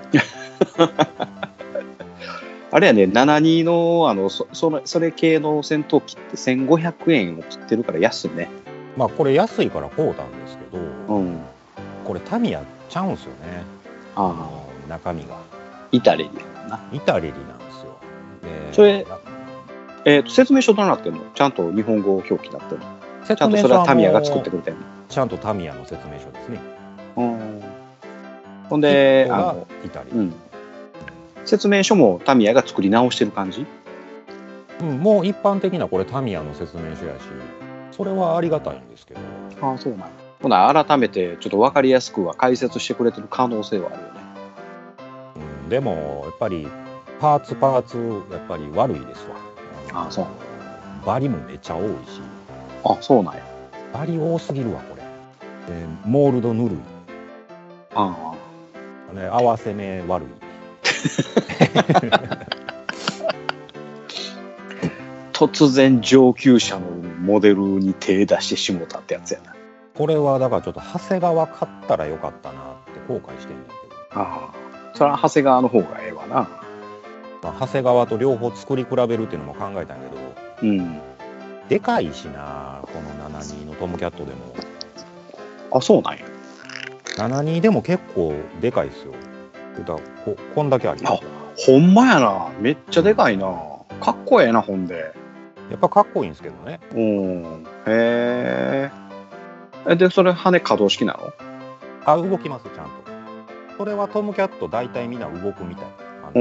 あれやね、ななじゅうに の, あの そ, そ, のそれ系の戦闘機ってせんごひゃくえんを切ってるから安いね。 まあこれ安いから買うたんですけど、うん、これタミヤちゃうんすよね。ああ、中身がイタレリやな。 イタレリなんですよ。 でそれ、えー、と説明書どうなってんの？ちゃんと日本語表記になってるの？ちゃんとそれはタミヤが作ってくれてるの？ ちゃんとタミヤの説明書ですね。 うん、ほんであのイタリア、 うん、説明書もタミヤが作り直してる感じ？ うん、もう一般的なこれタミヤの説明書やしそれはありがたいんですけど。 ああ、そうなんだ。ほな改めてちょっと分かりやすくは解説してくれてる可能性はあるよね。 うん、でもやっぱりパーツパーツやっぱり悪いですわ。 ああ、そう。 バリもめっちゃ多いし。 あ、そうなんや。 バリ多すぎるわこれ。でモールドぬるい。 ああ、ね、合わせ目悪い。 突然上級者のモデルに手出してしもたってやつやな。 これはだからちょっと長谷川買ったらよかったなって後悔してんねんけど。 ああ、それは長谷川の方がええわな。 まあ、長谷川と両方作り比べるっていうのも考えたんやけど、うん、でかいしなこのななじゅうにのトムキャットでも。 あ、そうなんや。 ななじゅうにでも結構でかいですよ。だ こ, こんだけあります。 あ、ほんまやな。めっちゃでかいな。かっこええな、ほんで。 やっぱかっこいいんですけどね。 うん。へえ。で、それ羽可動式なの？ あ、動きます、ちゃんと。それはトムキャット大体みんな動くみたい。 うん。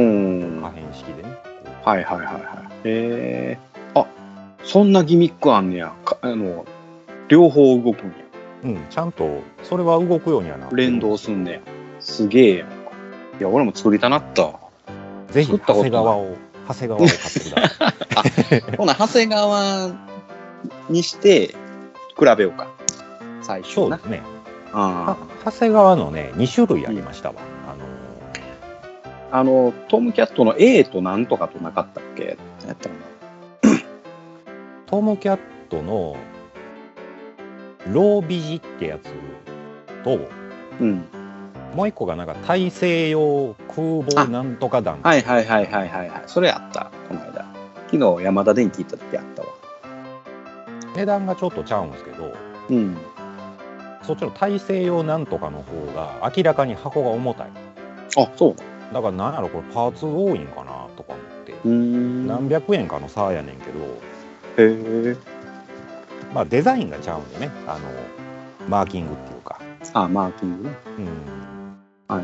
可変式でね。 はいはいはいはい。へえ。あ、そんなギミックあんねや。あの、両方動くんや。 うん、ちゃんと、それは動くようにはなってる。 連動すんねや。すげえやんか。いや、俺も作りたなった。 ぜひ、長谷川を、長谷川を買ってください。 あ、ほな、長谷川にして比べようか。最初な。 そうですね。あ、長谷川のね、に種類ありましたわ。 うん、あのー、あの、トムキャットの A となんとかとなかったっけ？やったかな。 トムキャットのロービジってやつと、うん、もう一個がなんか大西洋空母なんとか団。 はいはいはいはいはいはい。それあった、この間。昨日山田電機行った時あったわ。 値段がちょっとちゃうんですけど、うん、そっちの大西洋なんとかの方が明らかに箱が重たい。 あ、そうだからなんやろこれパーツ多いんかなとか思って、うーん、何百円かの差やねんけど、へえ。まあデザインがちゃうんでね、あのマーキングっていうか。 あ、マーキングね。うん。はいはい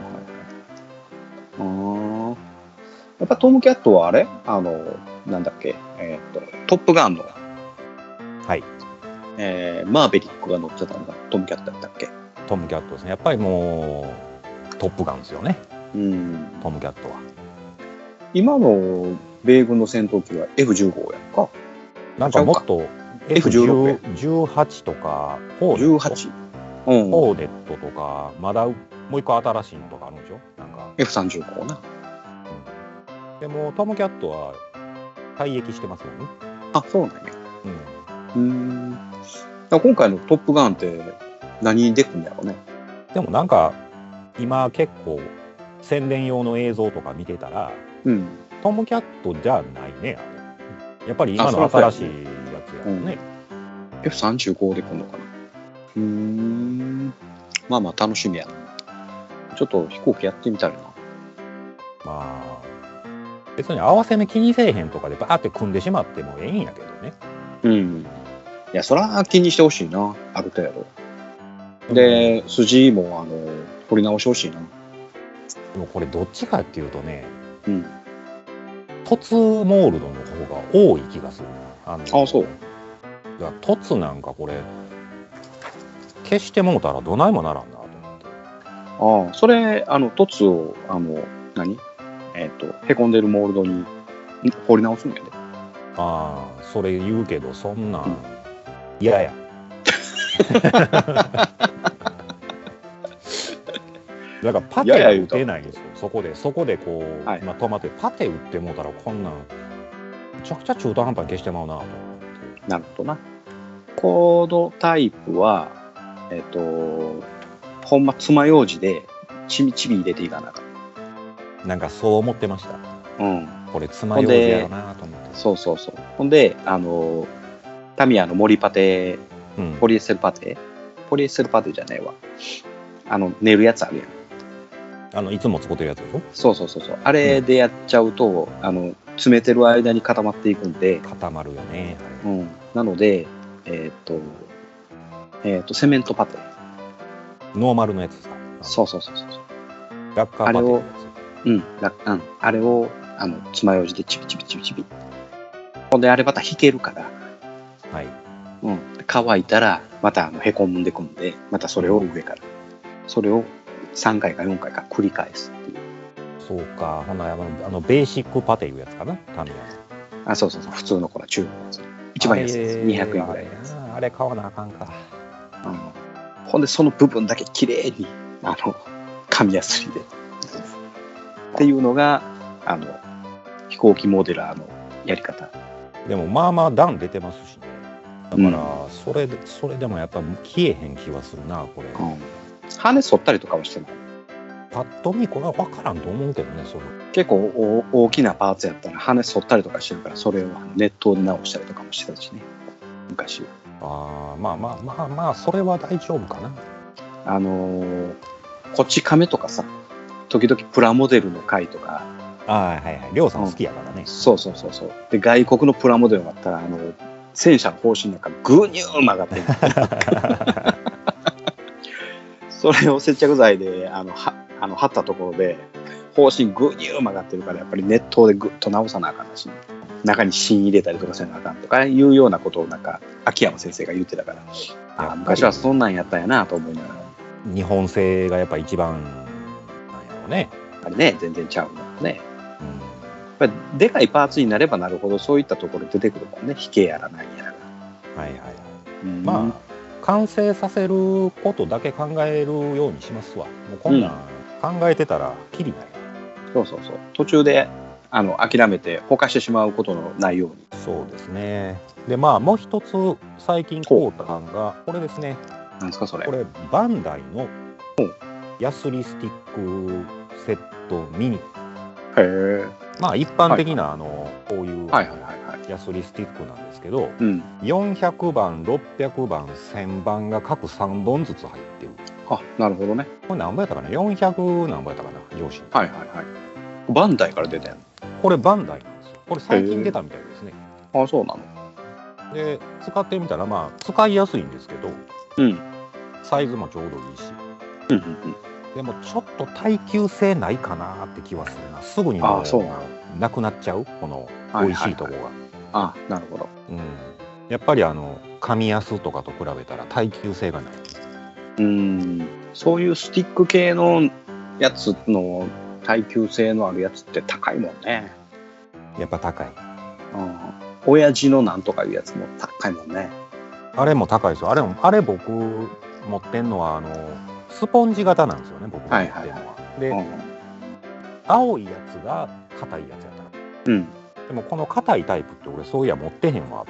はい。ああ。やっぱトムキャットはあれ？あのなんだっけ、えっとトップガンの。 はい。 えー、マーベリックが乗ってたのがトムキャットだったっけ？ トムキャットですね。やっぱりもうトップガンですよね。 うん。 トムキャットは。 今の米軍の戦闘機は エフじゅうご やんか。 なんかもっと エフじゅうはち とかホーネット、 じゅうはち、うん、 ホーネットとかまだもう一個新しいのとかあるんでしょ。なんかエフさんじゅうご な。 うん、でもトムキャットは退役してますよね。 あ、そうなんや。うん。うーん。今回のトップガンって何に出てくんだろうね。 でもなんか今結構宣伝用の映像とか見てたら、うん、トムキャットじゃないね、あれ。やっぱり今の新しいやつやね。 うん、エフさんじゅうご で来るのかな。うーん。まあまあ楽しみやな。ちょっと飛行機やってみたいな。まあ別に合わせ目気にせえへんとかでバーって組んでしまってもええんやけどね。 うん。いや、そら気にしてほしいな、ある程度。で、うん、筋もあの掘り直してほしいな。 でもこれどっちかっていうとね、 うん、 凸モールドの方が多い気がするな。あのあ、そう。 いや、凸なんかこれ消してもうたらどないもならんなと思って。ああ、それあの凸をあの何えっ、ー、とへこんでるモールドに掘り直すんやで。 ああ、それ言うけどそんなん嫌、うん、や。だからパテは打てないんですよ。そこでそこでこう、はい、まあ、止まってパテ打ってもうたらこんなんめちゃくちゃ中途半端に消してまうなと思って。 なるほどな。コードタイプはえっ、ー、とほんま爪楊枝でちびちび入れていかなかった。 なんかそう思ってました。 うん。 これ爪楊枝やろなと思って。 そうそうそう。ほんであのタミヤのモリパテ、うん、ポリエステルパテポリエステルパテじゃないわ。あの寝るやつあるやん。 あのいつも使ってるやつでしょ。 そうそうそうそう。あれでやっちゃうと、うん、あの詰めてる間に固まっていくんで。 固まるよね。 うん。なのでえっ、ー、とえっ、ー、とセメントパテ。 ノーマルのやつですか。 そうそうそうそう。 ラッカーパテのやつ。うん。ラッ、うん。あれをあの爪楊枝でチビチビチビチビ。ほんであれまた引けるから。 はい。 うん。乾いたらまたあのへこんでくんで、またそれを上から、うん、それをさんかいかよんかいか繰り返すっていう。 そうか。ほなあのベーシックパテいうやつかな。タミヤ。 あ、そうそうそう。普通のこれ中のやつ。一番安いです。にひゃくえんぐらい。 あれ買わなあかんか。 うん。ほんでその部分だけきれいにあの紙やすりでっていうのがあの飛行機モデラーのやり方。 でもまあまあ段出てますしね。だからそれで、うん、それでもやっぱ消えへん気はするなこれ。うん、 羽剃ったりとかはしてない。 パッと見これは分からんと思うけどね。それ結構お大きなパーツやったら羽剃ったりとかしてるから、それを熱湯で直したりとかもしてたしね昔。 ああ、まあまあまあまあそれは大丈夫かな。 あのー、こっち亀とかさ、時々プラモデルの回とか。 ああ、はいはい。りょうさん好きやからね、うん。 そうそうそうそう。で外国のプラモデルだったらあの戦車の方針なんかグニュー曲がってる。それを接着剤であのはあの貼ったところで方針グニュー曲がってるから、やっぱり熱湯でグッと直さなあかんし、中に芯入れたりとかせなあかんとかいうようなことをなんか秋山先生が言ってたから、あ昔はそんなんやったんやなと思いながら。 日本製がやっぱ一番なんやろうね。 あれね、全然ちゃうのね。うん、やっぱりでかいパーツになればなるほどそういったところ出てくるもんね。引けやらなんやらが。 はいはいはい。うん、まあ完成させることだけ考えるようにしますわ。もうこんなん考えてたらきりない、 うん、そうそうそう。途中であの諦めてほかしてしまうことのないように。 そうですね。でまあもう一つ最近買うたのがこれですね。 なんですかそれ。 これバンダイのヤスリスティックセットミニ。へえ。 まあ一般的な、はい、あのこういうはいはいはい、 ヤスリスティックなんですけど、 うん、 よんひゃくばんろっぴゃくばんせんばんが各さんぼんずつ入ってる。 あ、なるほどね。 これ何ぼやったかな、よんひゃく何ぼやったかな、上司。 はいはいはい。バンダイから出たやん。 これバンダイなんですよ。これ最近出たみたいですね。 あ、そうなの。 で使ってみたらまあ使いやすいんですけど、 うん、 サイズもちょうどいいし、 うんうんうん、 でもちょっと耐久性ないかなって気はするな。すぐにもうなくなっちゃうこの美味しいところが。 あ、なるほど。 うん、やっぱりあの紙安とかと比べたら耐久性がない。 うん、そういうスティック系のやつの耐久性のあるやつって高いもんね。 やっぱ高い。 うん、親父のなんとかいうやつも高いもんね。 あれも高いですよ。あれもあれ僕持ってんのはあのスポンジ型なんですよね、僕が持ってんのは。はいはいはい、で、うん、青いやつが硬いやつやったら。うん。でもこの硬いタイプって俺そういや持ってへんわと思って、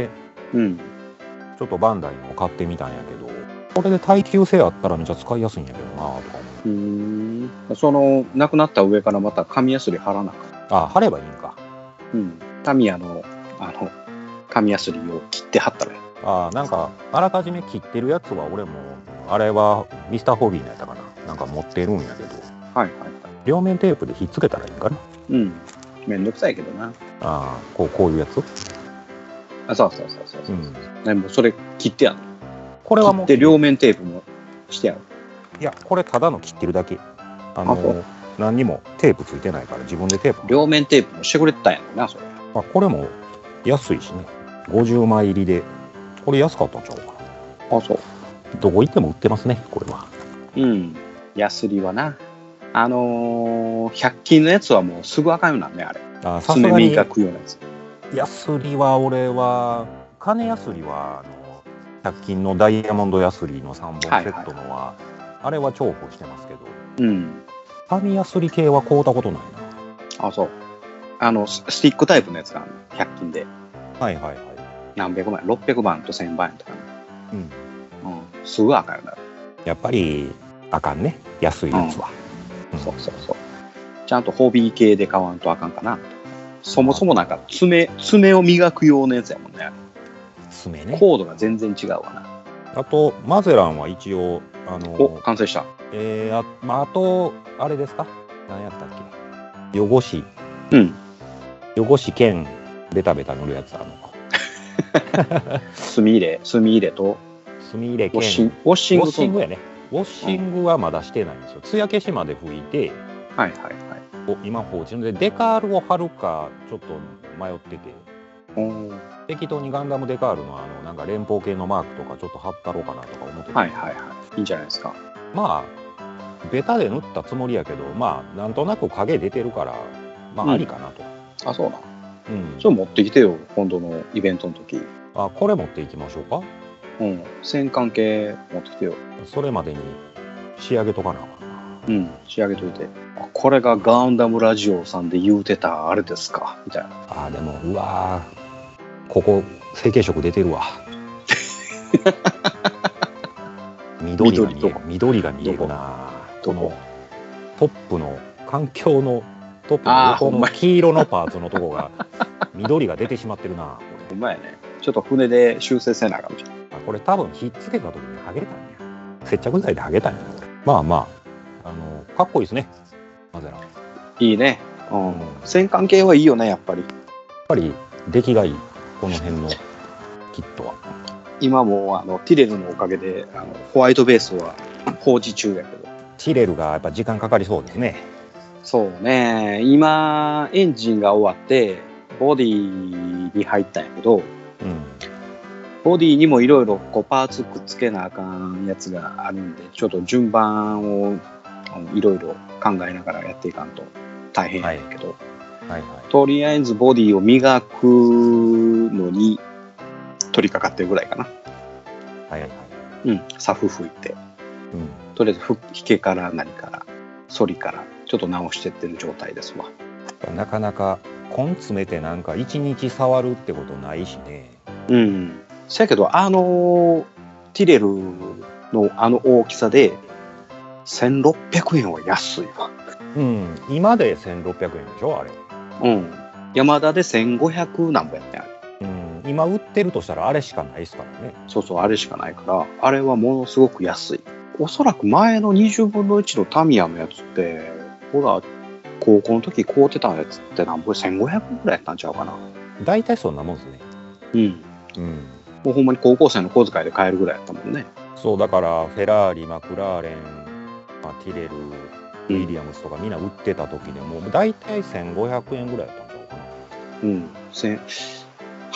うん、ちょっとバンダイのを買ってみたんやけど、これで耐久性あったらめっちゃ使いやすいんやけどなとか思う。 うーん。そのなくなった上からまた紙やすり貼らなかった。 あ、貼ればいいんか。 うん。タミヤのあの紙やすりを切って貼ったら。 あ、なんかあらかじめ切ってるやつは俺もあれはミスターホビーのやったかな。なんか持ってるんやけど。はいはいはい。両面テープでひっつけたらいいんかな。 うん。めんどくさいけどな。ああ、こうこういうやつ。 あ、そうそうそうそうそう。うん。でもそれ切ってやる。 これはもう切って両面テープもしてやる。 いや、これただの切ってるだけ。あのー、何にもテープついてないから自分でテープ。 両面テープもしてくれてたんやろなそれ。 あ、これも安いしね。ごじゅうまい入りでこれ安かったんちゃうかな。あ、そう。 どこ行っても売ってますねこれは。 うん。ヤスリはな。あのー、ひゃく均のやつはもうすぐあかんようなんねあれ。あ、さすがに磨くようなやつ。 ヤスリは俺は金ヤスリはあのひゃく均のダイヤモンドヤスリのさんぼんセットのは、はいはい、あれは重宝してますけど、うん、紙ヤスリ系は買うたことないな。あ、そう。あのスティックタイプのやつがあるのひゃく均で。はいはいはい。何百万ろっぴゃくばんとせんばんえんとかね。うん。うん。すぐあかんようになる。 やっぱりあかんね、安いやつは。 うん、そうそうそう。ちゃんとホビー系で買わんとあかんかな。そもそもなんか爪爪を磨く用のやつやもんね。 爪ね。 コードが全然違うわな。 あとマゼランは一応あのお完成した。 えー、あ、まあ、あとあれですか。何やったっけ。汚し。 うん。 汚し兼ベタベタ塗るやつあるのか。墨入れ墨入れと墨入れ兼ウォッシングウォッシングウォッシングやね。ウォッシングはまだしてないんですよ。艶消しまで拭いて。 はいはいはい。 今放置でデカールを貼るかちょっと迷ってて、適当にガンダムデカールのあのなんか連邦系のマークとかちょっと貼ったろうかなとか思ってて、 はいはいはい、いいんじゃないですか。 まあベタで塗ったつもりやけど、まあなんとなく影出てるからまあありかなと。 うん、あ、そうな。うん。それ持ってきてよ今度のイベントの時。 あ、これ持っていきましょうか。 うん。戦艦系持ってきてよ。 それまでに仕上げとかなあかんな。 うん、仕上げといて。あ、これがガンダムラジオさんで言うてたあれですかみたいな。 あ、でもうわここ成型色出てるわ。緑が見える。緑が見えるな。このトップの環境のトップの横の黄色のパーツのとこが緑が出てしまってるな。 ほんまやね。ちょっと船で修正せなあかんじゃん。 これ多分ひっつけた時に剥げたんや。接着剤で剥げたんや。まあまあ。あのかっこいいですね。マゼラン。 いいね。うん。戦艦系はいいよねやっぱり。やっぱり出来がいいこの辺のキットは。 今もあのティレルのおかげであのホワイトベースは工事中やけど。 ティレルがやっぱ時間かかりそうですね。 そうね。今エンジンが終わってボディに入ったんやけど。うん。ボディにもいろいろパーツくっつけなあかんやつがあるんでちょっと順番をいろいろ考えながらやっていかんと大変やねんけど、はいはいはい、とりあえずボディを磨くのに取り掛かってるぐらいかな。はいはいはい。うん、サフ拭いて、うん、とりあえず引けから何から反りからちょっと直してってる状態ですわ。 なかなか根詰めてなんか一日触るってことないしね。 うん。せやけどあのティレルのあの大きさでせんろっぴゃくえんは安いわ。 うん、今でせんろっぴゃくえんでしょあれ。 うん。ヤマダでせんごひゃくなんぼやったんや。 うん。今売ってるとしたらあれしかないですからね。 そうそう、あれしかないからあれはものすごく安い。おそらく前のにじゅうぶんのいちのタミヤのやつってほら高校の時買うてたやつってなんぼせんごひゃくぐらいやったんちゃうかな。 大体そんなもんですね。 うん。うん。もうほんまに高校生の小遣いで買えるぐらいやったもんね。 そうだからフェラーリ、マクラーレン、まあ、ティレル、ウィリアムスとかみんな売ってた時でもう大体せんごひゃくえんぐらいやったんちゃうかな。 うん。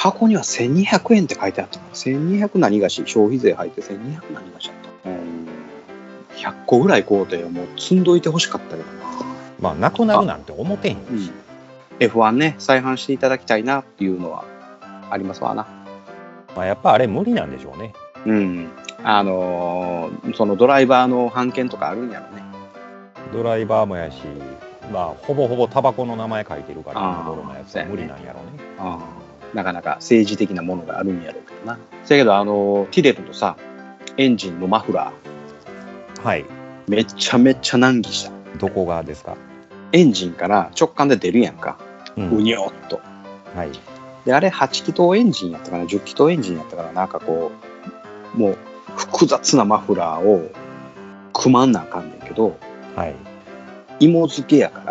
箱にはせんにひゃくえんって書いてあったから、せんにひゃく何がし、消費税入ってせんにひゃく何がしだった。うん。ひゃっこぐらい買うて、もう積んどいてほしかったけどな。 まあ、なくなるなんて思てんよし、うん、 エフワン ね、再販していただきたいなっていうのはありますわな。 まあ、やっぱあれ無理なんでしょうね。 うん。あのー、そのドライバーの版権とかあるんやろね。 ドライバーもやし、まあ、ほぼほぼタバコの名前書いてるから、ドロのやつは無理なんやろうね。 あなかなか政治的なものがあるんやろうけどな。せやけど、あのー、ティレルのさ、エンジンのマフラー。はい。 めちゃめちゃ難儀した。 どこがですか？ エンジンから直感で出るやんか。うん、うにょっと。 はい。 で、あれはち気筒エンジンやったかな、じゅっ気筒エンジンやったから、なんかこう、もう複雑なマフラーを組まんなあかんねんけど、 はい。 芋付けやから。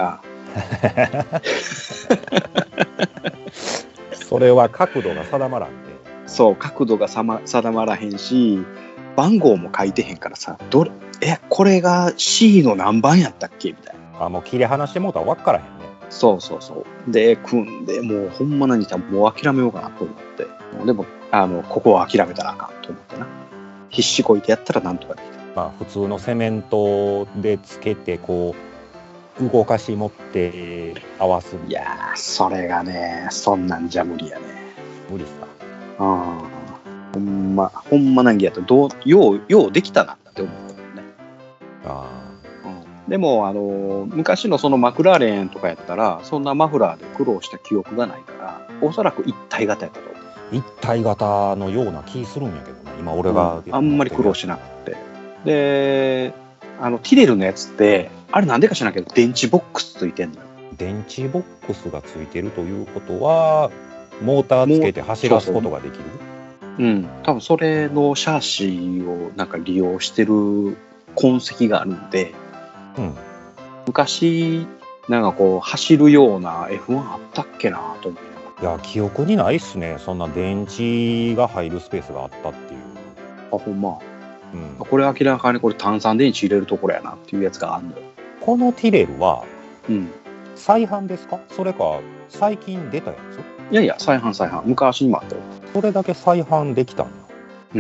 それは角度が定まらんで。 そう、角度がさま定まらへんし、番号も書いてへんからさ、どれ、え、これが シー の何番やったっけみたいな。 あ、もう切り離してもうたら分からへんね。 そうそうそう。で、組んで、もうほんま何かもう諦めようかなと思って。でも、あの、ここは諦めたらあかんと思ってな。必死こいてやったらなんとかできた。 まあ、普通のセメントでつけて、こう、動かし持って合わす。 いやー、それがね、そんなんじゃ無理やね。 無理っすか。 ああ。ほんま、ほんま難儀やったら、どう、よう、ようできたなって思ったもんね。 ああ。うん、でも、あの、昔のそのマクラーレンとかやったら、そんなマフラーで苦労した記憶がないから、おそらく一体型やったと思う。 一体型のような気するんやけどな、今俺が、 うん。あんまり苦労しなくて。で、あの、ティレルのやつって、あれなんでか知らんけど、電池ボックスついてんのよ。 電池ボックスがついてるということは、モーターつけて走らすことができる？ うん、多分それのシャーシーをなんか利用してる痕跡があるんで、 うん、 昔なんかこう走るような エフワン あったっけなと思いながら。いや、記憶にないっすね。そんな電池が入るスペースがあったっていう。 あ、ほんま。 うん、 これ明らかにこれ炭酸電池入れるところやなっていうやつがあるのよ。 このティレルは、 うん、 再販ですか？それか最近出たやつ？ いやいや、再販再販。昔にもあったよ。 それだけ再販できたんや。 うん、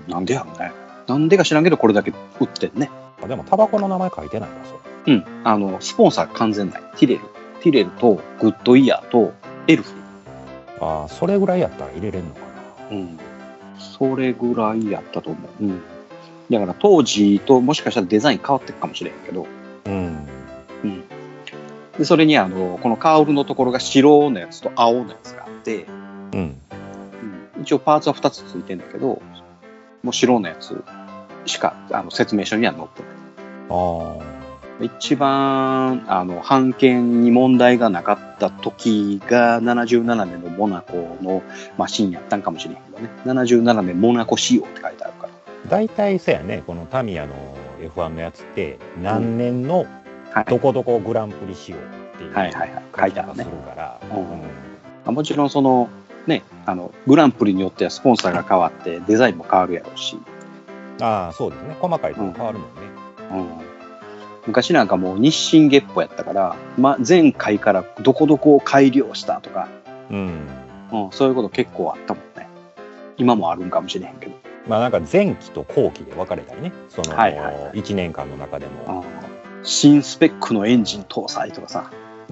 なんでやろね。なんでか知らんけどこれだけ売ってんね。 あ、でもタバコの名前書いてないな、それ。うん、あのスポンサー完全ない。ティレル、ティレルとグッドイヤーとエルフ。 ああ、それぐらいやったら入れれんのかな。 うん、それぐらいやったと思う。うん。だから当時ともしかしたらデザイン変わってるかもしれんけど。 うん。 うん。でそれにあのこのカウルのところが白のやつと青のやつがあって、 うん、 うん、一応パーツはふたつついてんだけど、もう白のやつしかあの説明書には載ってない。 あ一番あの版権に問題がなかった時がななじゅうななねんのモナコのマシンやったんかもしれへんけどね。ななじゅうななねんモナコ仕様って書いてあるから。 大体そうやね、このタミヤの エフワン のやつって何年のどこどこグランプリ仕様っていう書いてあるから、 もちろんそのね、あのグランプリによってはスポンサーが変わってデザインも変わるやろうし。 ああ、そうですね、細かいとこ変わるもんね。 うんうん、昔なんかもう日進月歩やったから、ま、前回からどこどこを改良したとか、 うんうん、そういうこと結構あったもんね。今もあるんかもしれへんけど。 まあなんか前期と後期で分かれたりね、その、はいはいはい、いちねんかんの中でも。 新スペックのエンジン搭載とかさ、 うん、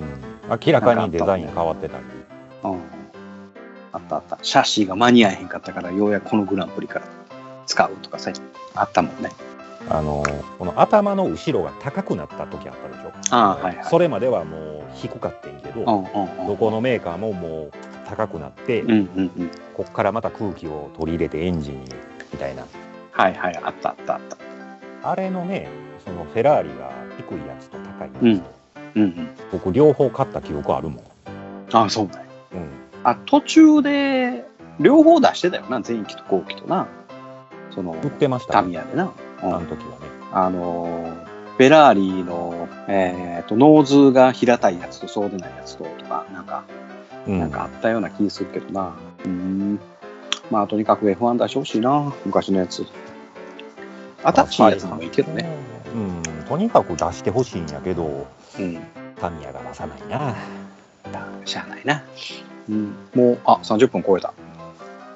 明らかにデザイン変わってたり。 うん、あったあった。シャシーが間に合えへんかったからようやくこのグランプリから使うとかさ、あったもんね。 あのこの頭の後ろが高くなった時あったでしょ。 あ、はいはい、 それまではもう低かったんけど、うんうんうん、どこのメーカーももう高くなって、うんうんうん、こっからまた空気を取り入れてエンジンにみたいな。 はいはい、あったあったあった。 あれのね、そのフェラーリが低いやつと高いやつと、 うんうんうん、 僕両方買った記憶あるもん。 ああ、そうね。 うん、 あ、途中で両方出してたよな、前期と後期とな。その売ってました、 タミヤでな。 あの時はね。 あのフェラーリの、えー、とノーズが平たいやつとそうでないやつととかなんか、うん、なんかあったような気するけどな。うん、まあとにかく エフワン 出してほしいな、昔のやつ。新しいやつもいいけどね。 うん、とにかく出してほしいんやけど、うん、タミヤが出さないな。 しゃあないな。うん、もうあさんじゅっぷん超えた。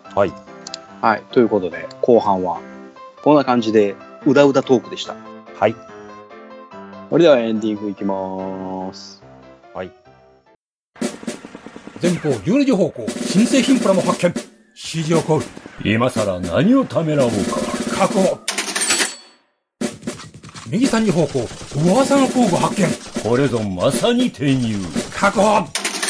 はい。 はい。ということで、後半は、こんな感じで、うだうだトークでした。 はい。 それではエンディングいきまーす。 はい。 前方じゅうにじ方向、新製品プラも発見。指示を行う。 今さら何をためらおうか。 確保。右さんじ方向、噂の工具発見。 これぞまさに転入。 確保。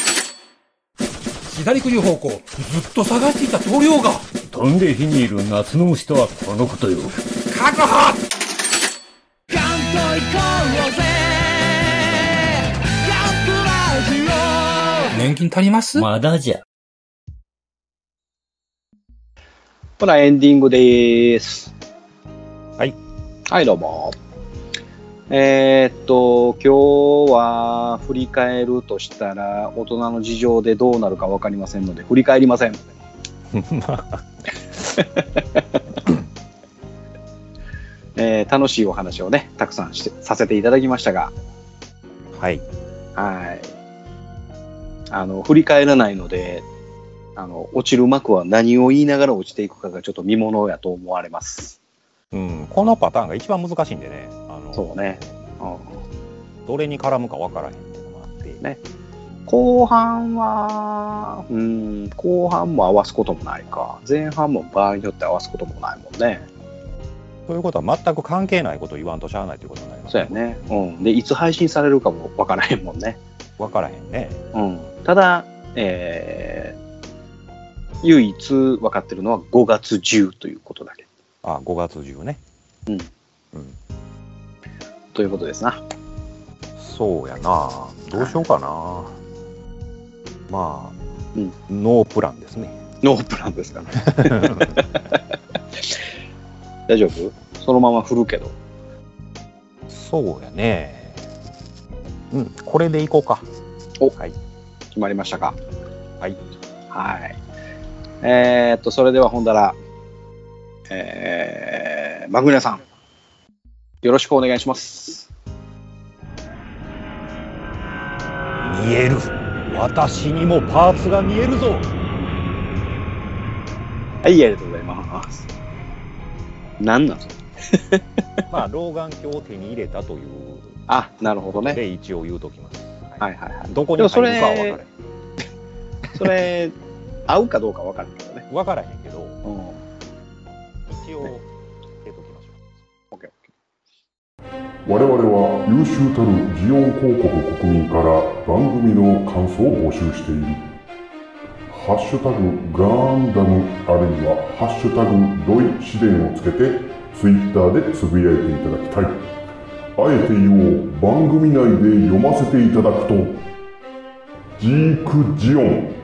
左くじ方向、ずっと探していた棟梁が。 飛んで火にいる夏の虫とはこのことよ。 確保。年金足ります？ まだじゃ。 ほら、エンディングでーす。 はい。 はい、どうも。えー、っと、今日は振り返るとしたら、大人の事情でどうなるか分かりませんので、振り返りません。えー、楽しいお話をね、たくさんしてさせていただきましたが、 はい。 はい。あの、振り返らないので、あの、落ちる幕は何を言いながら落ちていくかがちょっと見ものやと思われます。 うん、このパターンが一番難しいんでね。あのそうね。 うん。どれに絡むか分からへんっていうのもあって。 ね。後半は、うん、後半も合わすこともないか。前半も場合によって合わすこともないもんね。 ということは全く関係ないことを言わんとしゃあないということになりますね。そうやね。うん。で、いつ配信されるかも分からへんもんね。 分からへんね。 うん。ただ、えー、唯一分かってるのはごがつじゅうということだけ。 あ、ごがつじゅうね。 うん。うん。ということですな。 そうやな。どうしようかな。まあ、 うん、 ノープランですね。 ノープランですかね。大丈夫？そのまま振るけど。 そうやね。うん、これでいこうか。 お、 はい。 決まりましたか。 はい。 はい。えー、っと、それではほんだら、えー、マグニャさん、よろしくお願いします。 見える。私にもパーツが見えるぞ。 はい、ありがとうございます。何なんそれ。 まあ、老眼鏡を手に入れたという。 あ、なるほどね。 で、一応言うときます。 はいはいはい。 どこに入るかは分からへん。 それ、合うかどうか分からへんけどね。 分からへんけど、うん、一応、 ね、 入れときましょう。 OK、OK。 我々は優秀たるジオン広告国民から番組の感想を募集している。ハッシュタグガンダムあるいはハッシュタグロイ試練をつけてツイッターでつぶやいていただきたい。あえて言おう、番組内で読ませていただくとジークジオン